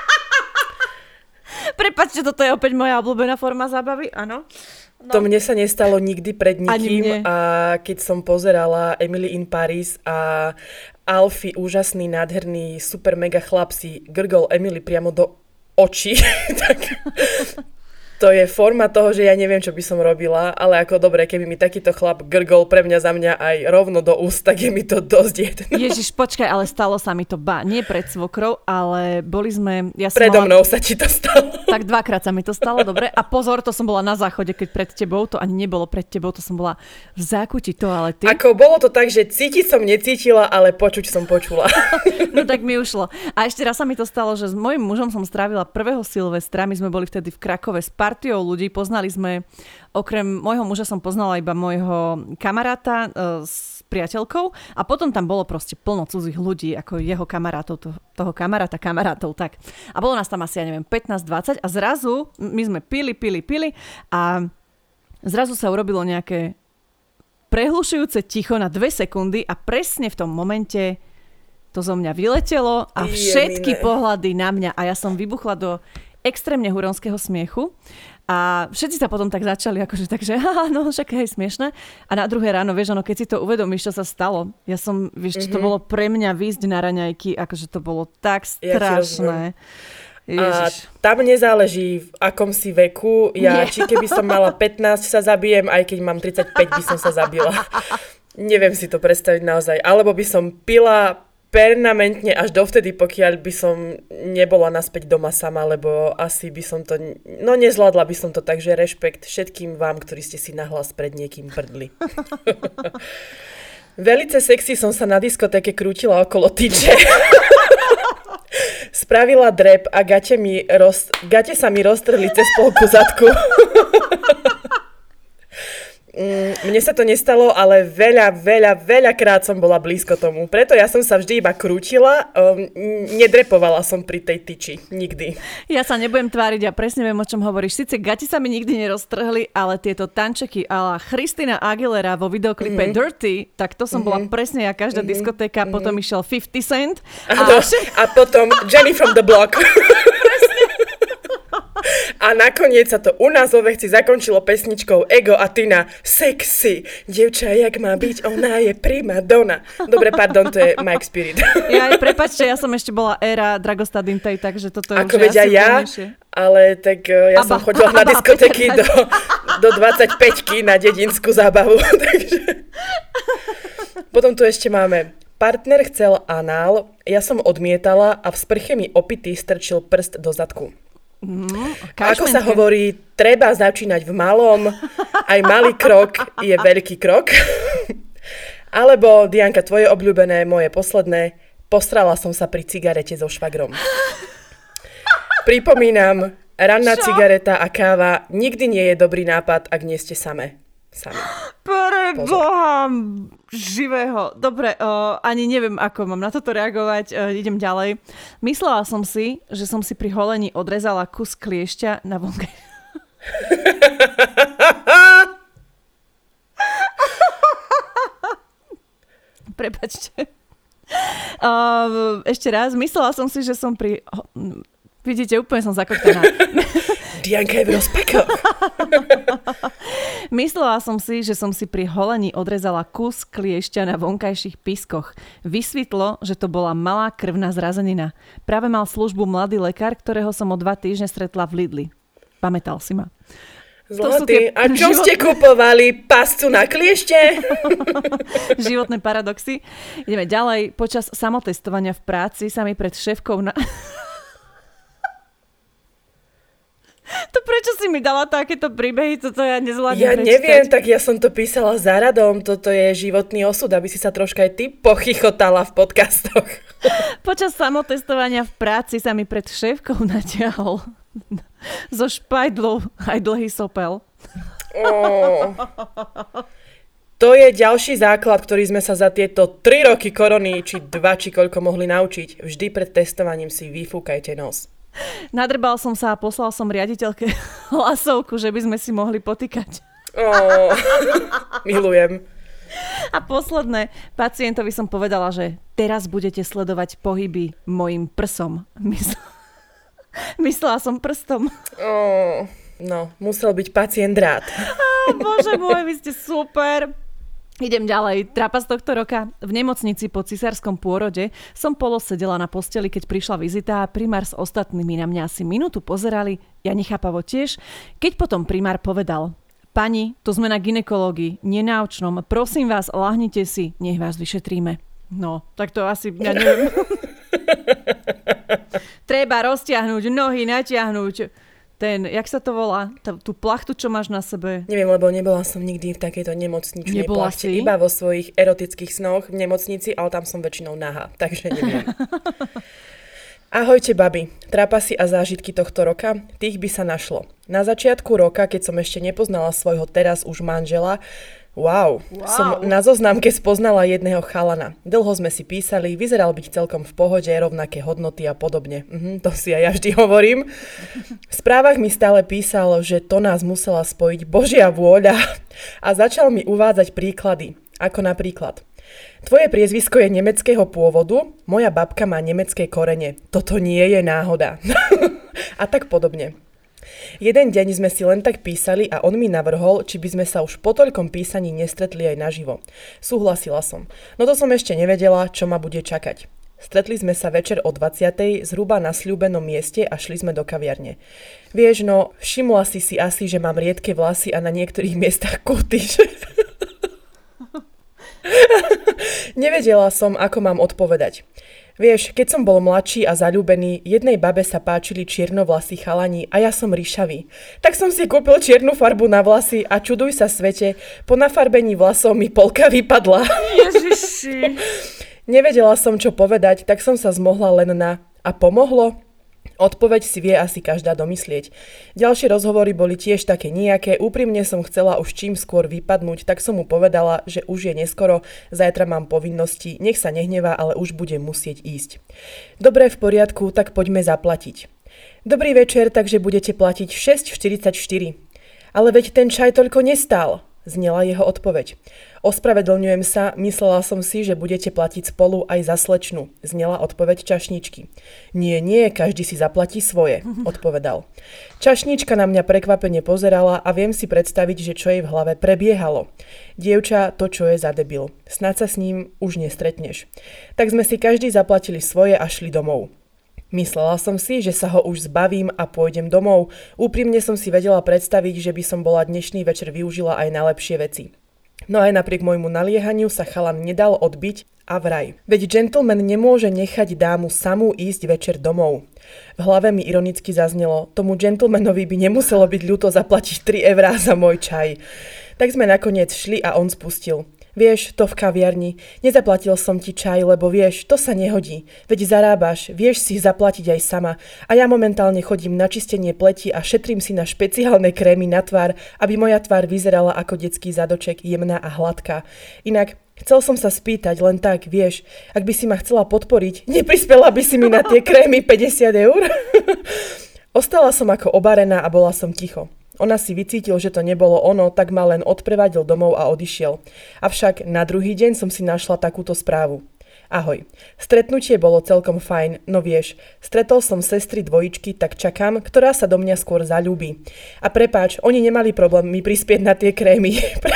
Prepáčte, toto je opäť moja obľúbená forma zábavy, áno. No. To mne sa nestalo nikdy pred Ani nikým mne. a keď som pozerala Emily in Paris a Alfie, úžasný, nádherný, super mega chlap si grgol Emily priamo do oči, tak to je forma toho, že ja neviem, čo by som robila, ale ako dobre, keby mi takýto chlap grgol pre mňa za mňa aj rovno do úst, tak je mi to dosť jedno. Ježiš, počkaj, ale stalo sa mi to, ba, nie pred svokrou, ale boli sme... Ja som Predo mala, mnou sa ti to stalo. Tak dvakrát sa mi to stalo, dobre. A pozor, to som bola na záchode, keď pred tebou, to ani nebolo pred tebou, to som bola v zákuti toalety. Ako bolo to tak, že cítiť som necítila, ale počuť som počula. No tak mi ušlo. A ešte raz sa mi to stalo, že s mojím mužom som strávila prvého Silvestra, my sme boli vtedy v Krakove s partiou ľudí, poznali sme, okrem môjho muža som poznala iba môjho kamaráta e, s priateľkou a potom tam bolo proste plno cudzích ľudí, ako jeho kamarátov, to, toho kamaráta, kamarátov, tak. A bolo nás tam asi, ja neviem, pätnásť dvadsať a zrazu my sme pili, pili, pili a zrazu sa urobilo nejaké prehlušujúce ticho na dve sekundy a presne v tom momente to zo mňa vyletelo a všetky Jemine. Pohľady na mňa a ja som vybuchla do extrémne huronského smiechu a všetci sa potom tak začali akože takže, haha, no však hej, smiešné. A na druhé ráno, vieš, ono, keď si to uvedomíš, čo sa stalo, ja som, vieš, čo to bolo pre mňa výjsť na raňajky, akože to bolo tak strašné. Ja a tam nezáleží v akom si veku, ja Nie. či keby som mala pätnásť sa zabijem, aj keď mám tridsaťpäť by som sa zabila. Neviem si to predstaviť naozaj. Alebo by som pila permanentne až dovtedy, pokiaľ by som nebola naspäť doma sama, lebo asi by som to, no nezvládla by som to, takže rešpekt všetkým vám, ktorí ste si nahlas pred niekým prdli. Velice sexy som sa na diskotéke krútila okolo tyče. Spravila drep a gate, mi roz, gate sa mi roztrhli cez polku zadku. Mne sa to nestalo, ale veľa, veľa, veľa krát som bola blízko tomu. Preto ja som sa vždy iba krútila, um, nedrepovala som pri tej tyči. Nikdy. Ja sa nebudem tváriť, ja presne viem, o čom hovoríš. Sice gati sa mi nikdy neroztrhli, ale tieto tančeky a la Christina Aguilera vo videoklipe mm-hmm. Dirty, tak to som mm-hmm. bola presne ja každá mm-hmm. diskotéka, mm-hmm. potom išiel fifty cent. A, a... a potom Jenny from the Block. A nakoniec sa to u nás vo Vechci zakončilo pesničkou Ego a Tina. Sexy. Dievča, jak má byť, ona je prima donna. Dobre, pardon, to je Mike Spirit. Ja, prepáčte, ja som ešte bola éra Dragosta Dintej, takže toto je Ako už vedia asi ja, plnejšie. Ale tak ja Aba, som chodila aba, na diskotéky do, do dvadsaťpäťky na dedinskú zábavu. Takže... Potom tu ešte máme... Partner chcel anál, ja som odmietala a v sprche mi opitý strčil prst do zadku. Mm, Ako sa hovorí, treba začínať v malom, aj malý krok je veľký krok. Alebo, Dianka, tvoje obľúbené, moje posledné, postrala som sa pri cigarete so švagrom. Pripomínam, ranná Čo? cigareta a káva nikdy nie je dobrý nápad, ak nie ste same. Sami. Pre Boha živého. Dobre, uh, ani neviem, ako mám na toto reagovať. Uh, idem ďalej. Myslela som si, že som si pri holení odrezala kus kliešťa na vonke. Prepačte. Uh, ešte raz. Myslela som si, že som pri... Vidíte, úplne som zakotvená. Dianka je v rozpakoch. Myslela som si, že som si pri holení odrezala kus kliešťa na vonkajších pískoch. Vysvetlo, že to bola malá krvná zrazenina. Práve mal službu mladý lekár, ktorého som o dva týždne stretla v Lidli. Pamätal si ma. Zlatý, a čo život... ste kupovali? Pascu na kliešte? Životné paradoxy. Ideme ďalej. Počas samotestovania v práci sa mi pred šéfkou na... To prečo si mi dala takéto príbehy? Toto ja nezvládnem Ja prečítať. neviem, tak ja som to písala za radom. Toto je životný osud, aby si sa troška aj ty pochychotala v podcastoch. Počas samotestovania v práci sa mi pred šéfkou natiahol zo špajdlov aj dlhý sopel. Oh. To je ďalší základ, ktorý sme sa za tieto tri roky korony, či dva, či koľko mohli naučiť. Vždy pred testovaním si vyfúkajte nos. Nadrbal som sa a poslal som riaditeľke hlasovku, že by sme si mohli potýkať. Oh, milujem. A posledné, pacientovi som povedala, že teraz budete sledovať pohyby mojim prsom. Mysl... Myslela som prstom. Oh, no, musel byť pacient rád. Oh, bože môj, vy ste super. Idem ďalej. Trapas tohto roka. V nemocnici po cisárskom pôrode som polo sedela na posteli, keď prišla vizita a primár s ostatnými na mňa asi minútu pozerali, ja nechápavo tiež, keď potom primár povedal: pani, tu sme na gynekológii, nenáučnom, prosím vás, lahnite si, nech vás vyšetríme. No, tak to asi, ja neviem. Treba roztiahnuť nohy, natiahnuť ten, jak sa to volá, tá, tú plachtu, čo máš na sebe. Neviem, lebo nebola som nikdy v takejto nemocničnej Nebola plachte. si? Iba vo svojich erotických snoch v nemocnici, ale tam som väčšinou nahá, takže neviem. Ahojte, babi. Trapasy a zážitky tohto roka, tých by sa našlo. Na začiatku roka, keď som ešte nepoznala svojho teraz už manžela, Wow, wow, som na zoznamke spoznala jedného chalana. Dlho sme si písali, vyzeral byť celkom v pohode, rovnaké hodnoty a podobne. Mhm, to si aj ja vždy hovorím. V správach mi stále písal, že to nás musela spojiť Božia vôľa a začal mi uvádzať príklady, ako napríklad: tvoje priezvisko je nemeckého pôvodu, moja babka má nemecké korene. Toto nie je náhoda. A tak podobne. Jeden deň sme si len tak písali a on mi navrhol, či by sme sa už po toľkom písaní nestretli aj naživo. Súhlasila som. No to som ešte nevedela, čo ma bude čakať. Stretli sme sa večer o dvadsiatej zhruba na sľúbenom mieste a šli sme do kaviarne. Vieš, no, všimla si si asi, že mám riedke vlasy a na niektorých miestach kuty. Nevedela som, ako mám odpovedať. Vieš, keď som bol mladší a zaľúbený, jednej babe sa páčili čiernovlasí chalani a ja som ryšavý. Tak som si kúpil čiernu farbu na vlasy a čuduj sa svete, po nafarbení vlasov mi polka vypadla. Ježiši. Nevedela som, čo povedať, tak som sa zmohla len na a pomohlo? Odpoveď si vie asi každá domyslieť. Ďalšie rozhovory boli tiež také nijaké, úprimne som chcela už čím skôr vypadnúť, tak som mu povedala, že už je neskoro, zajtra mám povinnosti, nech sa nehnevá, ale už budem musieť ísť. Dobre, v poriadku, tak poďme zaplatiť. Dobrý večer, takže budete platiť šesť štyridsaťštyri. Ale veď ten čaj toľko nestál, znela jeho odpoveď. Ospravedlňujem sa, myslela som si, že budete platiť spolu aj za slečnu, znela odpoveď čašničky. Nie, nie, každý si zaplatí svoje, odpovedal. Čašnička na mňa prekvapene pozerala a viem si predstaviť, že čo jej v hlave prebiehalo. Dievča, to čo je za debil, snad sa s ním už nestretneš. Tak sme si každý zaplatili svoje a šli domov. Myslela som si, že sa ho už zbavím a pôjdem domov. Úprimne som si vedela predstaviť, že by som bola dnešný večer využila aj na lepšie veci. No aj napriek môjmu naliehaniu sa chalan nedal odbiť a vraj. Veď gentleman nemôže nechať dámu samú ísť večer domov. V hlave mi ironicky zaznelo, tomu gentlemanovi by nemuselo byť ľúto zaplatiť tri eurá za môj čaj. Tak sme nakoniec šli a on spustil. Vieš, to v kaviarni, nezaplatil som ti čaj, lebo vieš, to sa nehodí. Veď zarábaš, vieš si zaplatiť aj sama. A ja momentálne chodím na čistenie pleti a šetrím si na špeciálne krémy na tvár, aby moja tvár vyzerala ako detský zadoček, jemná a hladká. Inak, chcel som sa spýtať, len tak, vieš, ak by si ma chcela podporiť, neprispela by si mi na tie krémy päťdesiat eur? Ostala som ako obarená a bola som ticho. Ona si vycítil, že to nebolo ono, tak ma len odprevadil domov a odišiel. Avšak na druhý deň som si našla takúto správu. Ahoj, stretnutie bolo celkom fajn, no vieš, stretol som sestry dvojičky, tak čakám, ktorá sa do mňa skôr zaľúbi. A prepáč, oni nemali problém mi prispieť na tie krémy.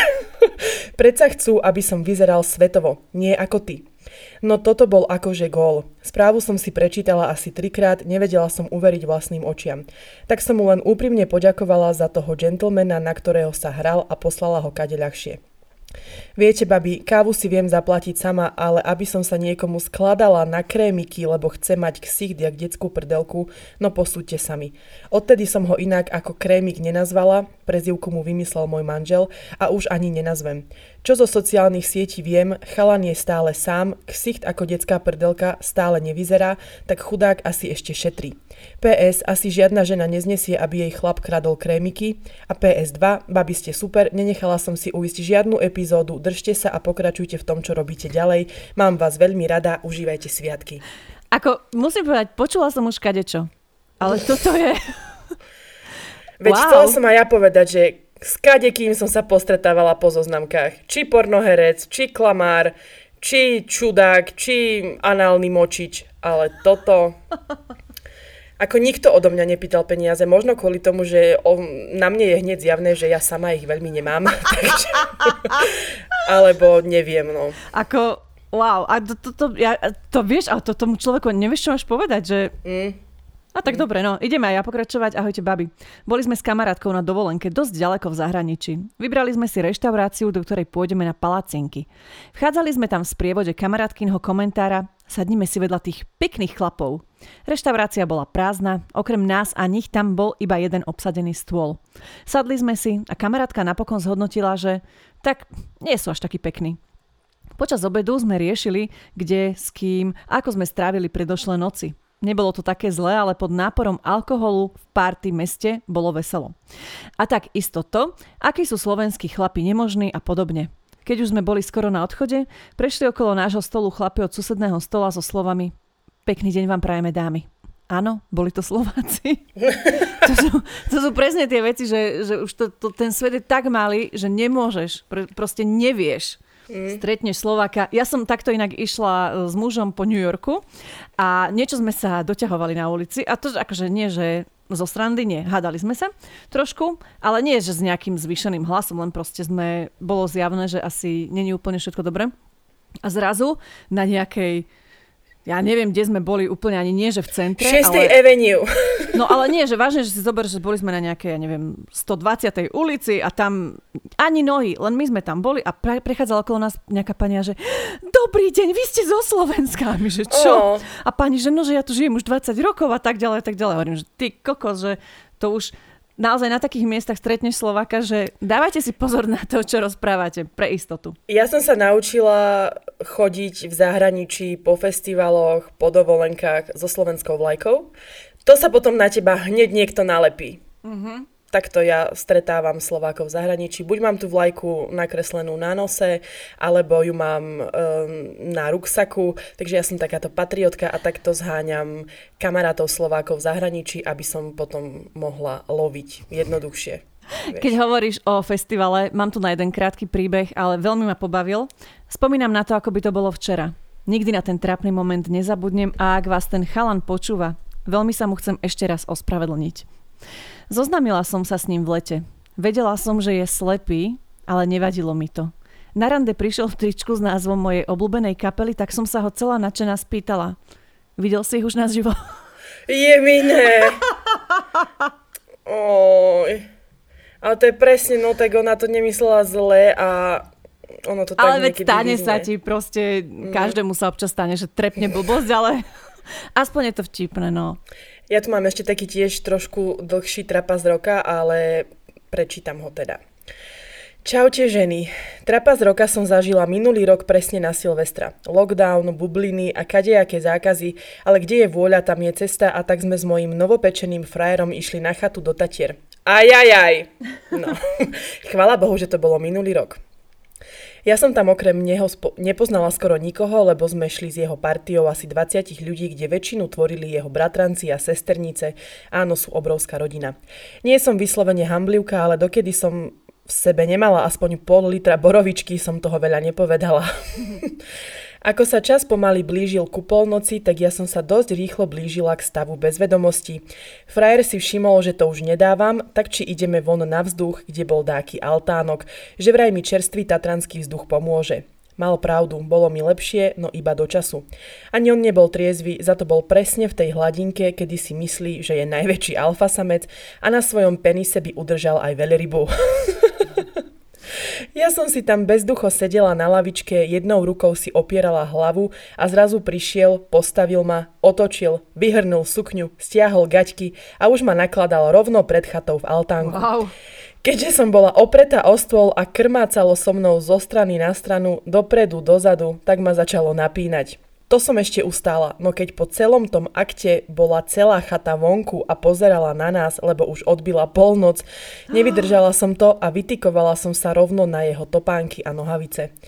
Predsa chcú, aby som vyzeral svetovo, nie ako ty. No toto bol akože gól. Správu som si prečítala asi trikrát, nevedela som uveriť vlastným očiam. Tak som mu len úprimne poďakovala za toho gentlemana, na ktorého sa hral a poslala ho kade ľahšie. Viete, babi, kávu si viem zaplatiť sama, ale aby som sa niekomu skladala na krémiky, lebo chce mať ksicht jak detskú prdelku, no posúďte sami. Odtedy som ho inak ako krémik nenazvala, prezývku mu vymyslel môj manžel a už ani nenazvem. Čo zo sociálnych sietí viem, chalan je stále sám, ksicht ako detská prdelka stále nevyzerá, tak chudák asi ešte šetrí. pé es, asi žiadna žena neznesie, aby jej chlap kradol krémiky. A pé es dva, babi ste super, nenechala som si uísť žiadnu epizódu, držte sa a pokračujte v tom, čo robíte ďalej. Mám vás veľmi rada, užívajte sviatky. Ako, musím povedať, počula som už kadečo, ale toto je... Veď wow. Chcela som aj ja povedať, že s kadekým som sa postretávala po zoznamkách. Či pornoherec, či klamár, či čudák, či análny močič, ale toto... Ako nikto odo mňa nepýtal peniaze, možno kvôli tomu, že o, na mne je hneď zjavné, že ja sama ich veľmi nemám. Takže, alebo neviem, no. Ako, wow, a to, to, to, ja, to vieš, ale to tomu človeku nevieš, čo máš povedať, že... Mm. A tak dobre, no, ideme aj ja pokračovať. Ahojte, babi. Boli sme s kamarátkou na dovolenke dosť ďaleko v zahraničí. Vybrali sme si reštauráciu, do ktorej pôjdeme na palacinky. Vchádzali sme tam v sprievode kamarátkynho komentára. Sadnime si vedľa tých pekných chlapov. Reštaurácia bola prázdna, okrem nás a nich tam bol iba jeden obsadený stôl. Sadli sme si a kamarátka napokon zhodnotila, že tak nie sú až takí pekní. Počas obedu sme riešili, kde, s kým, ako sme strávili predošlé noci. Nebolo to také zlé, ale pod náporom alkoholu v party meste bolo veselo. A tak isto to, akí sú slovenskí chlapi nemožní a podobne. Keď už sme boli skoro na odchode, prešli okolo nášho stolu chlapi od susedného stola so slovami Pekný deň vám prajeme, dámy. Áno, boli to Slováci. to, sú, to sú presne tie veci, že, že už to, to, ten svet je tak malý, že nemôžeš, pr- proste nevieš. Mm. Stretneš Slováka. Ja som takto inak išla s mužom po New Yorku a niečo sme sa doťahovali na ulici a to akože nie, že zo srandy, nie. Hádali sme sa trošku, ale nie, že s nejakým zvýšeným hlasom, len proste sme, bolo zjavné, že asi nie je úplne všetko dobré. A zrazu na nejakej, ja neviem, kde sme boli úplne ani nie, že v centre. šiestej ale... Avenue. No ale nie, že vážne, že si zober, že boli sme na nejakej, ja neviem, stodvadsiatej ulici a tam ani nohy, len my sme tam boli a pre, prechádzala okolo nás nejaká pani a že dobrý deň, vy ste zo Slovenska. A my, že čo? Oh. A pani, že no, že ja tu žijem už dvadsať rokov a tak ďalej, a tak ďalej. Hovorím, že ty kokos, že to už naozaj na takých miestach stretneš Slováka, že dávajte si pozor na to, čo rozprávate, pre istotu. Ja som sa naučila chodiť v zahraničí po festivaloch, po dovolenkách so slovenskou vlajkou. To sa potom na teba hneď niekto nalepí. Mm-hmm. Takto ja stretávam Slovákov v zahraničí. Buď mám tú vlajku nakreslenú na nose, alebo ju mám um, na ruksaku. Takže ja som takáto patriotka a takto zháňam kamarátov Slovákov v zahraničí, aby som potom mohla loviť jednoduchšie. Vieš. Keď hovoríš o festivale, mám tu na jeden krátky príbeh, ale veľmi ma pobavil. Spomínam na to, ako by to bolo včera. Nikdy na ten trápny moment nezabudnem a ak vás ten chalan počúva, veľmi sa mu chcem ešte raz ospravedlniť. Zoznámila som sa s ním v lete. Vedela som, že je slepý, ale nevadilo mi to. Na rande prišiel v tričku s názvom mojej obľúbenej kapely, tak som sa ho celá nadšená spýtala. Videl si ich už naživo? Jemine. Oj. Ale to je presne, no tak ona to nemyslela zle a ono to tak ale niekedy stane vyznie. sa ti proste, každému sa občas stane, že trepne blbosť, ale aspoň je to vtipné, no. Ja tu mám ešte taký tiež trošku dlhší trapas roka, ale prečítam ho teda. Čaute ženy. Trapas roka som zažila minulý rok presne na Silvestra. Lockdown, bubliny a kadejaké zákazy, ale kde je vôľa, tam je cesta a tak sme s mojím novopečeným frajerom išli na chatu do Tatier. Ajajaj. No. Chvala Bohu, že to bolo minulý rok. Ja som tam okrem neho spo- nepoznala skoro nikoho, lebo sme šli s jeho partiou asi dvadsať ľudí, kde väčšinu tvorili jeho bratranci a sesternice. Áno, sú obrovská rodina. Nie som vyslovene hamblivka, ale dokedy som v sebe nemala aspoň pol litra borovičky, som toho veľa nepovedala. Ako sa čas pomaly blížil ku polnoci, tak ja som sa dosť rýchlo blížila k stavu bezvedomosti. Frajer si všimol, že to už nedávam, tak či ideme von na vzduch, kde bol dáky altánok, že vraj mi čerstvý tatranský vzduch pomôže. Mal pravdu, bolo mi lepšie, no iba do času. Ani on nebol triezvy, za to bol presne v tej hladinke, kedy si myslí, že je najväčší alfasamec a na svojom penise by udržal aj veľrybu. Ja som si tam bezducho sedela na lavičke, jednou rukou si opierala hlavu a zrazu prišiel, postavil ma, otočil, vyhrnul sukňu, stiahol gaťky a už ma nakladal rovno pred chatou v altánku. Wow. Keďže som bola opretá o stôl a krmácalo so mnou zo strany na stranu, dopredu, dozadu, tak ma začalo napínať. To som ešte ustála, no keď po celom tom akte bola celá chata vonku a pozerala na nás, lebo už odbila polnoc, nevydržala som to a vytikovala som sa rovno na jeho topánky a nohavice.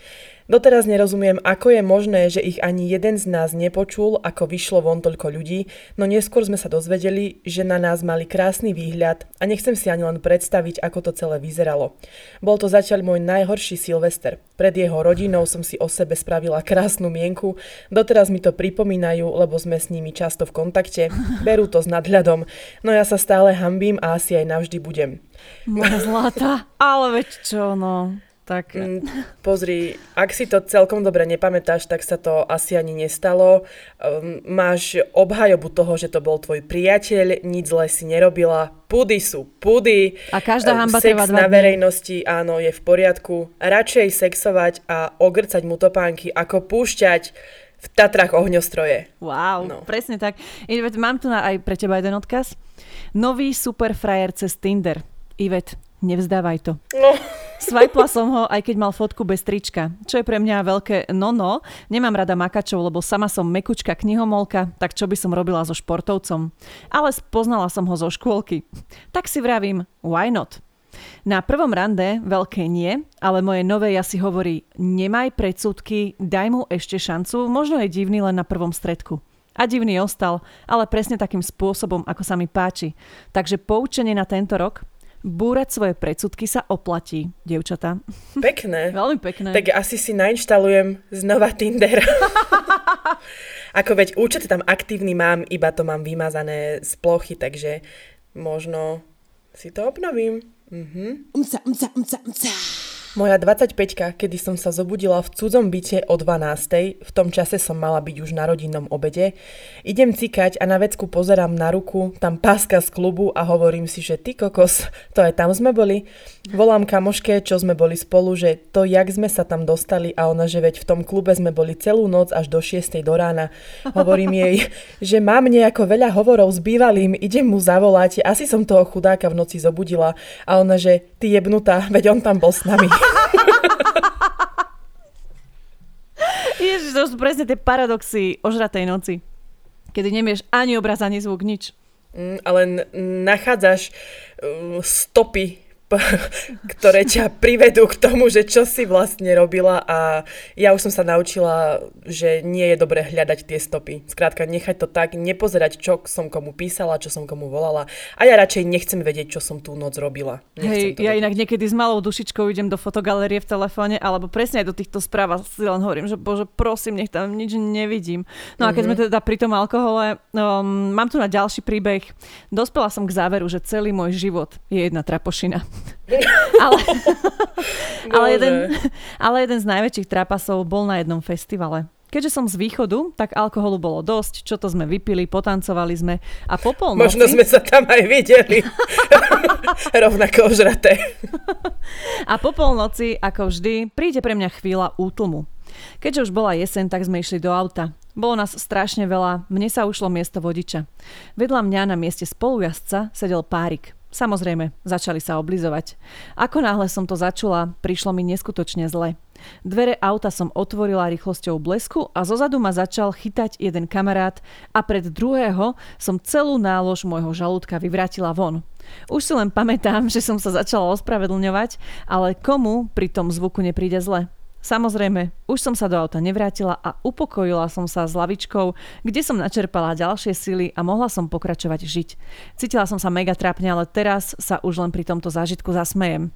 Doteraz nerozumiem, ako je možné, že ich ani jeden z nás nepočul, ako vyšlo von toľko ľudí, no neskôr sme sa dozvedeli, že na nás mali krásny výhľad a nechcem si ani len predstaviť, ako to celé vyzeralo. Bol to zatiaľ môj najhorší Silvester. Pred jeho rodinou som si o sebe spravila krásnu mienku, doteraz mi to pripomínajú, lebo sme s nimi často v kontakte, berú to s nadhľadom, no ja sa stále hanbím a asi aj navždy budem. Moja zlata, ale veď čo, no... Tak... Mm, pozri, ak si to celkom dobre nepamätáš, tak sa to asi ani nestalo. Um, máš obhajobu toho, že to bol tvoj priateľ, nič zlé si nerobila. Pudy sú pudy. A každá hanba Sex trvá dva na dní. verejnosti, áno, je v poriadku. Radšej sexovať a ogrcať mu topánky, ako púšťať v Tatrách ohňostroje. Wow, No. presne tak. Ivet, mám tu na aj pre teba jeden odkaz. Nový super frajer cez Tinder. Ivet, nevzdávaj to. No. Swipela som ho, aj keď mal fotku bez trička. Čo je pre mňa veľké no-no. Nemám rada makačov, lebo sama som mekučka knihomolka, tak čo by som robila so športovcom. Ale spoznala som ho zo škôlky. Tak si vravím, why not? Na prvom rande veľké nie, ale moje nové ja si hovorí, nemaj predsudky, daj mu ešte šancu, možno je divný len na prvom stredku. A divný ostal, ale presne takým spôsobom, ako sa mi páči. Takže poučenie na tento rok, búrať svoje predsudky sa oplatí, dievčatá. Pekné. Veľmi pekné. Tak asi si nainštalujem znova Tinder. Ako veď účet tam aktívny mám, iba to mám vymazané z plochy, takže možno si to obnovím. Mhm. Umca, umca, umca, umca. Moja dvadsaťpäťka, kedy som sa zobudila v cudzom byte o dvanástej, v tom čase som mala byť už na rodinnom obede, idem cikať a na vecku pozerám na ruku, tam páska z klubu a hovorím si, že ty kokos, to aj tam sme boli. Volám kamoške, čo sme boli spolu, že to jak sme sa tam dostali a ona, že veď v tom klube sme boli celú noc až do šiestej do rána. Hovorím jej, že mám nejako veľa hovorov s bývalým, idem mu zavolať, asi som toho chudáka v noci zobudila a ona, že ty jebnutá, veď on tam bol s nami. Ježiš, to sú presne tie paradoxy ožratej noci. Kedy nemieš ani obraz, ani zvuk, nič. Mm, ale n- nachádzaš um, stopy, p- ktoré ťa privedú k tomu, že čo si vlastne robila a ja už som sa naučila, že nie je dobré hľadať tie stopy. Skrátka, nechať to tak, nepozerať, čo som komu písala, čo som komu volala a ja radšej nechcem vedieť, čo som tú noc robila. Hej, ja inak niekedy s malou dušičkou idem do fotogalerie v telefóne, alebo presne aj do týchto správ a si len hovorím, že bože, prosím, nech tam nič nevidím. No a keď mm-hmm. sme teda pri tom alkohole, um, mám tu na ďalší príbeh. Dospela som k záveru, že celý môj život je jedna trapošina. ale, ale, jeden, ale jeden z najväčších trápasov bol na jednom festivale. Keďže som z východu, tak alkoholu bolo dosť, čo to sme vypili, potancovali sme a po polnoci... Možno sme sa tam aj videli. Rovnako ožraté. A po polnoci, ako vždy, príde pre mňa chvíľa útlmu. Keďže už bola jeseň, tak sme išli do auta. Bolo nás strašne veľa, mne sa ušlo miesto vodiča. Vedľa mňa na mieste spolujazdca sedel párik. Samozrejme, začali sa oblizovať. Ako náhle som to začula, prišlo mi neskutočne zle. Dvere auta som otvorila rýchlosťou blesku a zozadu ma začal chytať jeden kamarát a pred druhého som celú nálož môjho žalúdka vyvrátila von. Už si len pamätám, že som sa začala ospravedlňovať, ale komu pri tom zvuku nepríde zle? Samozrejme, už som sa do auta nevrátila a upokojila som sa s lavičkou, kde som načerpala ďalšie sily a mohla som pokračovať žiť. Cítila som sa mega trápne, ale teraz sa už len pri tomto zážitku zasmejem.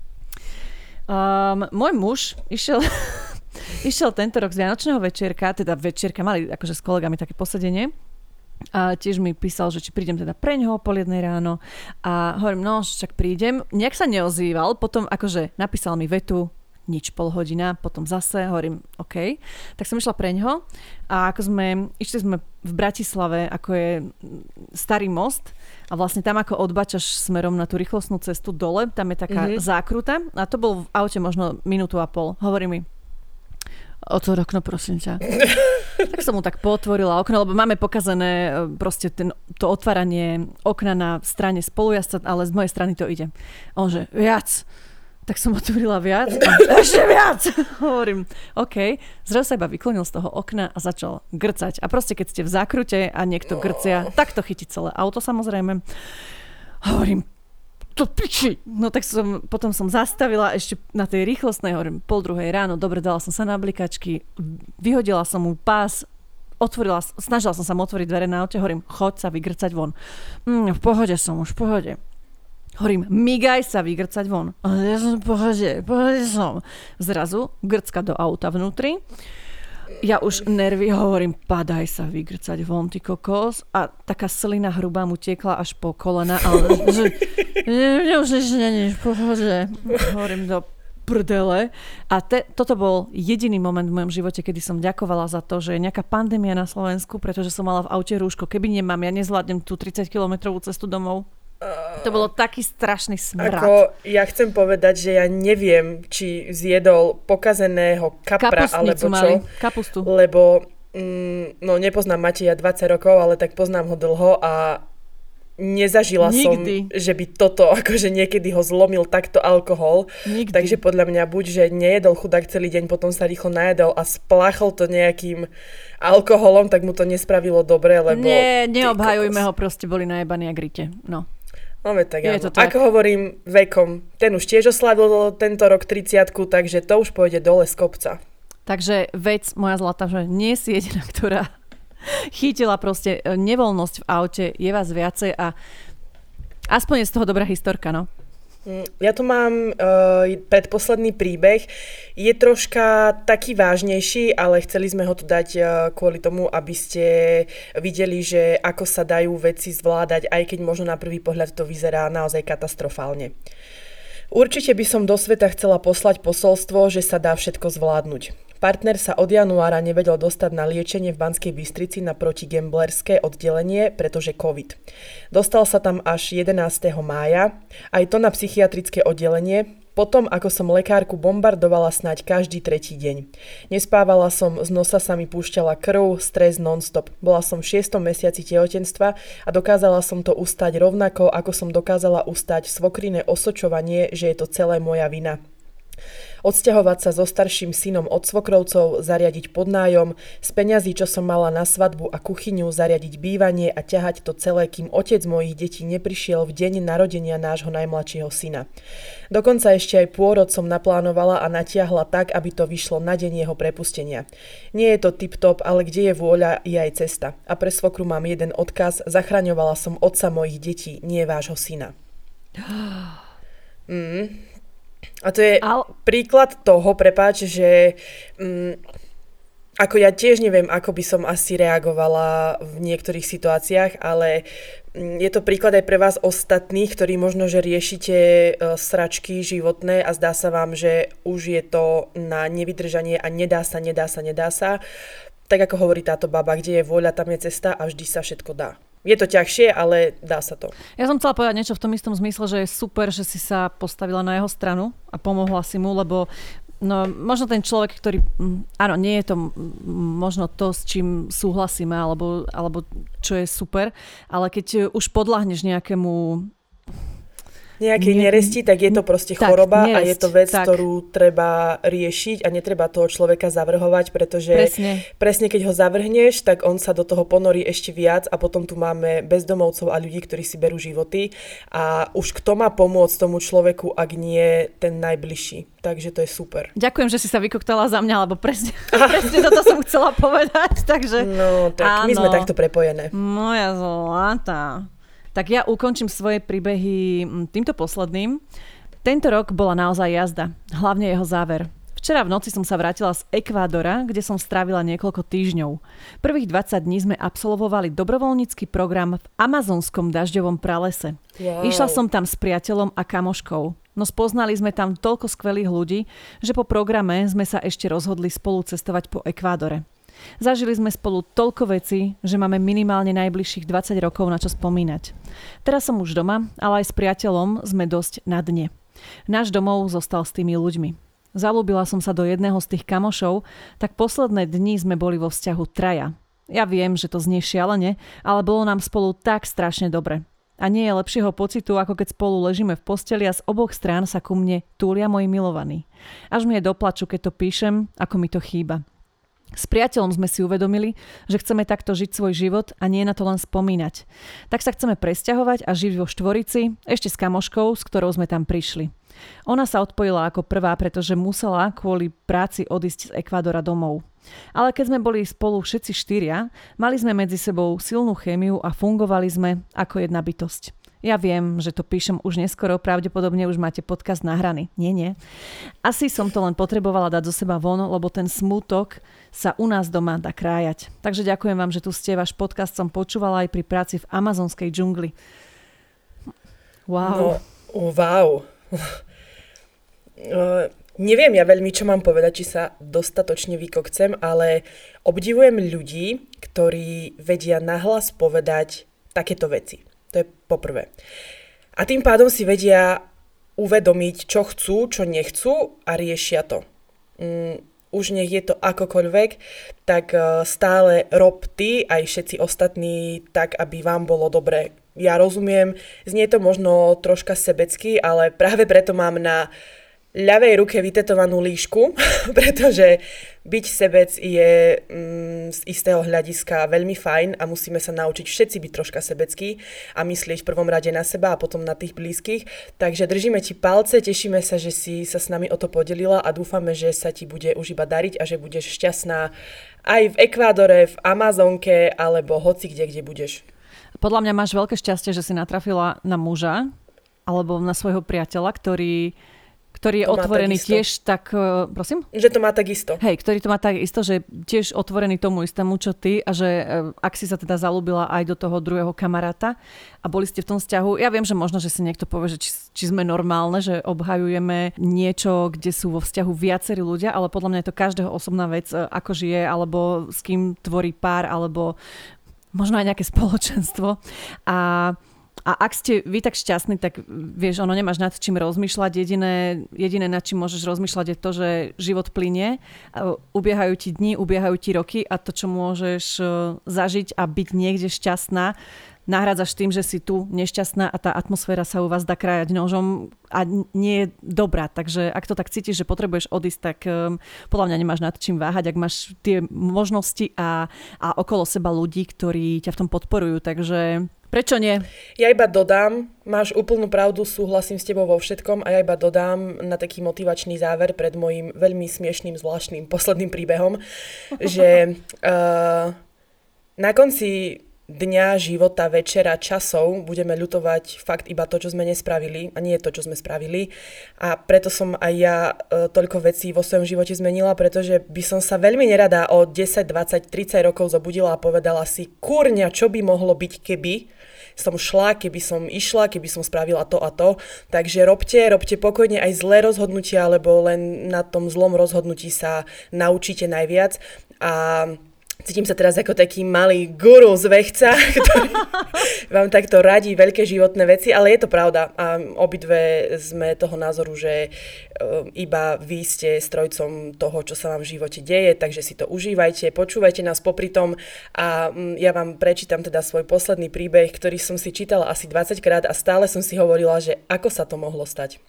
Um, môj muž išiel, išiel tento rok z Vianočného večierka, teda večierka, mali akože s kolegami také posedenie. A tiež mi písal, že či prídem teda preňho o pol jednej ráno a hovorím, no však prídem. Nejak sa neozýval, potom akože napísal mi vetu, nič, pol hodina, potom zase, hovorím, OK. Tak som išla preňho a ako sme, išli sme v Bratislave, ako je Starý most a vlastne tam ako odbačaš smerom na tú rýchlostnú cestu dole, tam je taká mm-hmm. zákruta a to bol v aute možno minútu a pol. Hovorí mi, otvor okno, prosím ťa. Tak som mu tak potvorila okno, lebo máme pokazané proste ten, to otváranie okna na strane spolujazca, ale z mojej strany to ide. On že, viac. Tak som otvorila viac a ešte viac. Hovorím, OK. Zrazu sa iba vyklonil z toho okna a začal grcať. A proste, keď ste v zákrute a niekto grcia, tak to chytí celé auto samozrejme. Hovorím, to piči. No tak som, potom som zastavila ešte na tej rýchlostnej, hovorím, pol druhej ráno, dobre, dala som sa na blikačky, vyhodila som mu pás, otvorila, snažila som sa mu otvoriť dvere na aute, hovorím, choď sa vygrcať von. Mm, v pohode som už, v pohode. Hovorím, migaj sa vygrcať von. Ale ja som v pohode, v pohode som. Zrazu grcka do auta vnútri. Ja už nervy hovorím, padaj sa vygrcať von, ty kokos. A taká slina hrubá mu tiekla až po kolena. Ale že, ne, už nič není, v pohode. Hovorím do prdele. A te, toto bol jediný moment v mojom živote, kedy som ďakovala za to, že je nejaká pandémia na Slovensku, pretože som mala v aute rúško. Keby nemám, ja nezvládnem tú tridsaťkilometrovú cestu domov. Uh, to bolo taký strašný smrad. Ako ja chcem povedať, že ja neviem, či zjedol pokazeného kapra, alebo čo. Mali. Kapustu. Lebo, mm, no nepoznám Mateja dvadsať rokov, ale tak poznám ho dlho a nezažila Nikdy. som, že by toto, akože niekedy ho zlomil takto alkohol. Nikdy. Takže podľa mňa buď, že nejedol chudák celý deň, potom sa rýchlo najedol a spláchol to nejakým alkoholom, tak mu to nespravilo dobre, lebo... Nie, neobhajujme ho, proste boli najebaní a grite. No. No tak Je áno. to tak. Ako hovorím, vekom, ten už tiež oslavil tento rok tridsiatku, takže to už pôjde dole z kopca. Takže vec, moja zlata, že nie si jediná, ktorá chytila proste nevoľnosť v aute, je vás viacej a aspoň je z toho dobrá historka, no. Ja tu mám uh, predposledný príbeh. Je troška taký vážnejší, ale chceli sme ho tu dať uh, kvôli tomu, aby ste videli, že ako sa dajú veci zvládať, aj keď možno na prvý pohľad to vyzerá naozaj katastrofálne. Určite by som do sveta chcela poslať posolstvo, že sa dá všetko zvládnuť. Partner sa od januára nevedel dostať na liečenie v Banskej Bystrici na protigamblerské oddelenie, pretože COVID. Dostal sa tam až jedenásteho mája, aj to na psychiatrické oddelenie, potom ako som lekárku bombardovala snáď každý tretí deň. Nespávala som, z nosa sa mi púšťala krv, stres non-stop. Bola som v šiestom mesiaci tehotenstva a dokázala som to ustať rovnako, ako som dokázala ustať svokriné osočovanie, že je to celé moja vina. Odsťahovať sa so starším synom od svokrovcov, zariadiť podnájom, z peňazí, čo som mala na svadbu a kuchyňu, zariadiť bývanie a ťahať to celé, kým otec mojich detí neprišiel v deň narodenia nášho najmladšieho syna. Dokonca ešte aj pôrod som naplánovala a natiahla tak, aby to vyšlo na deň jeho prepustenia. Nie je to tip-top, ale kde je vôľa, je aj cesta. A pre svokru mám jeden odkaz, zachraňovala som otca mojich detí, nie vášho syna. Mm. A to je Al... príklad toho, prepáč, že mm, ako ja tiež neviem, ako by som asi reagovala v niektorých situáciách, ale mm, je to príklad aj pre vás ostatných, ktorí možno, že riešite e, sračky životné a zdá sa vám, že už je to na nevydržanie a nedá sa, nedá sa, nedá sa. Tak ako hovorí táto baba, kde je vôľa, tam je cesta a vždy sa všetko dá. Je to ťažšie, ale dá sa to. Ja som chcela povedať niečo v tom istom zmysle, že je super, že si sa postavila na jeho stranu a pomohla si mu, lebo no, možno ten človek, ktorý, áno, nie je to možno to, s čím súhlasíme, alebo, alebo čo je super, ale keď už podľahneš nejakému nejakej Nie, neresti, tak je to proste tak, choroba nerest, a je to vec, tak. ktorú treba riešiť a netreba toho človeka zavrhovať, pretože presne. presne keď ho zavrhneš, tak on sa do toho ponorí ešte viac a potom tu máme bezdomovcov a ľudí, ktorí si berú životy a už kto má pomôcť tomu človeku, ak nie ten najbližší. Takže to je super. Ďakujem, že si sa vykoktala za mňa, lebo presne, presne toto som chcela povedať. Takže, no tak áno, my sme takto prepojené. Moja zlatá. Tak ja ukončím svoje príbehy týmto posledným. Tento rok bola naozaj jazda, hlavne jeho záver. Včera v noci som sa vrátila z Ekvádora, kde som strávila niekoľko týždňov. Prvých dvadsať dní sme absolvovali dobrovoľnícky program v amazonskom dažďovom pralese. Wow. Išla som tam s priateľom a kamoškou. No spoznali sme tam toľko skvelých ľudí, že po programe sme sa ešte rozhodli spolu cestovať po Ekvádore. Zažili sme spolu toľko vecí, že máme minimálne najbližších dvadsať rokov na čo spomínať. Teraz som už doma, ale aj s priateľom sme dosť na dne. Náš domov zostal s tými ľuďmi. Zalúbila som sa do jedného z tých kamošov, tak posledné dni sme boli vo vzťahu traja. Ja viem, že to znie šialene, ale bolo nám spolu tak strašne dobre. A nie je lepšieho pocitu, ako keď spolu ležíme v posteli a z oboch strán sa ku mne túlia moji milovaní. Až mi je do plaču, keď to píšem, ako mi to chýba. S priateľom sme si uvedomili, že chceme takto žiť svoj život a nie na to len spomínať. Tak sa chceme presťahovať a žiť vo Štvorici, ešte s kamoškou, s ktorou sme tam prišli. Ona sa odpojila ako prvá, pretože musela kvôli práci odísť z Ekvádora domov. Ale keď sme boli spolu všetci štyria, mali sme medzi sebou silnú chémiu a fungovali sme ako jedna bytosť. Ja viem, že to píšem už neskoro, pravdepodobne už máte podcast nahraný. Nie, nie. Asi som to len potrebovala dať zo seba von, lebo ten smútok sa u nás doma dá krájať. Takže ďakujem vám, že tu ste. Váš podcast som počúvala aj pri práci v amazonskej džungli. Wow. No, wow. Uh, neviem ja veľmi, čo mám povedať, či sa dostatočne vykokcem, ale obdivujem ľudí, ktorí vedia nahlas povedať takéto veci. To je poprvé. A tým pádom si vedia uvedomiť, čo chcú, čo nechcú a riešia to. Um, už nech je to akokoľvek, tak uh, stále rob ty aj všetci ostatní tak, aby vám bolo dobre. Ja rozumiem, znie to možno troška sebecky, ale práve preto mám na ľavej ruke vytetovanú líšku, pretože byť sebec je mm, z istého hľadiska veľmi fajn a musíme sa naučiť všetci byť troška sebeckí a myslieť v prvom rade na seba a potom na tých blízkych. Takže držíme ti palce, tešíme sa, že si sa s nami o to podelila a dúfame, že sa ti bude už iba dariť a že budeš šťastná aj v Ekvádore, v Amazonke alebo hoci kde, kde budeš. Podľa mňa máš veľké šťastie, že si natrafila na muža alebo na svojho priateľa, ktorý ktorý je to otvorený tiež tak, prosím? Že to má tak isto. Hej, ktorý to má tak isto, že tiež otvorený tomu istému, čo ty a že ak si sa teda zalúbila aj do toho druhého kamaráta a boli ste v tom vzťahu, ja viem, že možno, že si niekto povie, že či, či sme normálne, že obhajujeme niečo, kde sú vo vzťahu viacerí ľudia, ale podľa mňa je to každého osobná vec, ako žije, alebo s kým tvorí pár, alebo možno aj nejaké spoločenstvo. A A ak ste vy tak šťastní, tak vieš, ono nemáš nad čím rozmýšľať. Jediné, jediné nad čím môžeš rozmýšľať je to, že život plynie, ubiehajú ti dni, ubiehajú ti roky a to, čo môžeš zažiť a byť niekde šťastná, nahrádzaš tým, že si tu nešťastná a tá atmosféra sa u vás dá krájať nožom a nie je dobrá. Takže ak to tak cítiš, že potrebuješ odísť, tak um, podľa mňa nemáš nad čím váhať, ak máš tie možnosti a, a okolo seba ľudí, ktorí ťa v tom podporujú. Takže prečo nie? Ja iba dodám, máš úplnú pravdu, súhlasím s tebou vo všetkom a ja iba dodám na taký motivačný záver pred mojím veľmi smiešným, zvláštnym posledným príbehom, že uh, na konci dňa, života, večera, časov budeme ľutovať fakt iba to, čo sme nespravili a nie to, čo sme spravili. A preto som aj ja e, toľko vecí vo svojom živote zmenila, pretože by som sa veľmi nerada o desať, dvadsať, tridsať rokov zobudila a povedala si, kurňa, čo by mohlo byť, keby som šla, keby som išla, keby som spravila to a to. Takže robte, robte pokojne aj zlé rozhodnutia, lebo len na tom zlom rozhodnutí sa naučíte najviac. A cítim sa teraz ako taký malý guru z Vechca, ktorý vám takto radí veľké životné veci, ale je to pravda a obidve sme toho názoru, že iba vy ste strojcom toho, čo sa vám v živote deje, takže si to užívajte, počúvajte nás popri tom a ja vám prečítam teda svoj posledný príbeh, ktorý som si čítala asi dvadsaťkrát a stále som si hovorila, že ako sa to mohlo stať.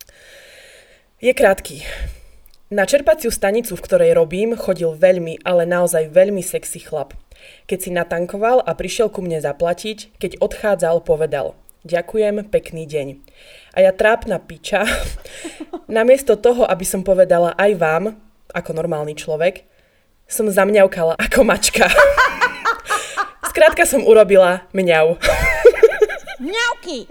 Je krátky. Na čerpaciu stanicu, v ktorej robím, chodil veľmi, ale naozaj veľmi sexy chlap. Keď si natankoval a prišiel ku mne zaplatiť, keď odchádzal, povedal: ďakujem, pekný deň. A ja trápna piča, namiesto toho, aby som povedala aj vám, ako normálny človek, som zamňaukala ako mačka. Skrátka som urobila mňau. Mňauky!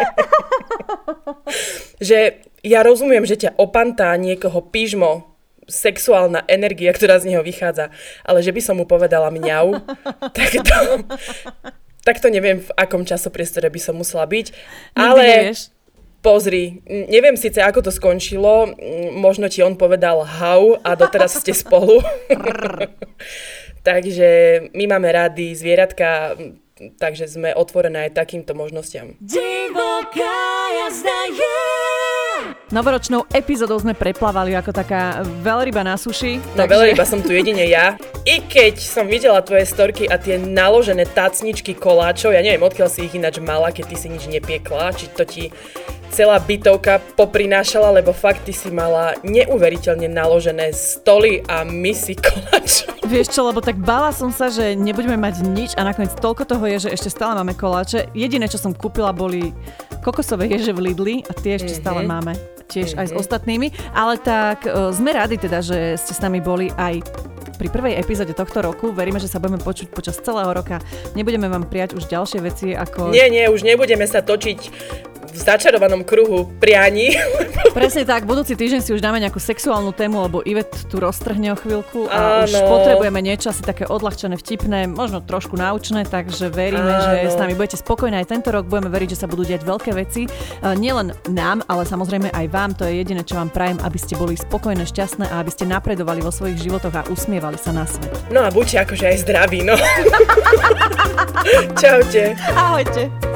Že ja rozumiem, že ťa opantá niekoho pížmo, sexuálna energia, ktorá z neho vychádza, ale že by som mu povedala mňau, tak to, tak to neviem, v akom časopriestore by som musela byť. Ale nevieš. Pozri, neviem síce, ako to skončilo, možno ti on povedal hau a doteraz ste spolu. Takže my máme rádi zvieratka, takže sme otvorené aj takýmto možnostiam. Divoká jazda je Novoročnou epizódou sme preplávali ako taká veľryba na suši. No takže... veľryba som tu jedine ja. I keď som videla tvoje storky a tie naložené tacničky koláčov, ja neviem, odkiaľ si ich ináč mala, keď ty si nič nepiekla, či to ti celá bytovka poprinášala, lebo fakt ty si mala neuveriteľne naložené stoly a misy koláčov. Vieš čo, lebo tak bála som sa, že nebudeme mať nič a nakoniec toľko toho je, že ešte stále máme koláče. Jediné, čo som kúpila, boli kokosové ježe v Lidli a tie ešte mm-hmm. stále máme. Tiež mm-hmm. aj s ostatnými. Ale tak uh, sme radi teda, že ste s nami boli aj pri prvej epizóde tohto roku. Veríme, že sa budeme počuť počas celého roka. Nebudeme vám prijať už ďalšie veci ako... Nie, nie, už nebudeme sa točiť v začarovanom kruhu prianí. Presne tak, budúci týždeň si už dáme nejakú sexuálnu tému, lebo Ivet tu roztrhne o chvíľku a Áno. už potrebujeme niečo asi také odľahčené, vtipné, možno trošku náučné, takže veríme, Áno. že s nami budete spokojní aj tento rok. Budeme veriť, že sa budú diať veľké veci. Nielen nám, ale samozrejme aj vám. To je jediné, čo vám prajem, aby ste boli spokojné, šťastné a aby ste napredovali vo svojich životoch a usmievali sa na svet. No a buďte akože aj zdraví, no. Čaute. Ahojte.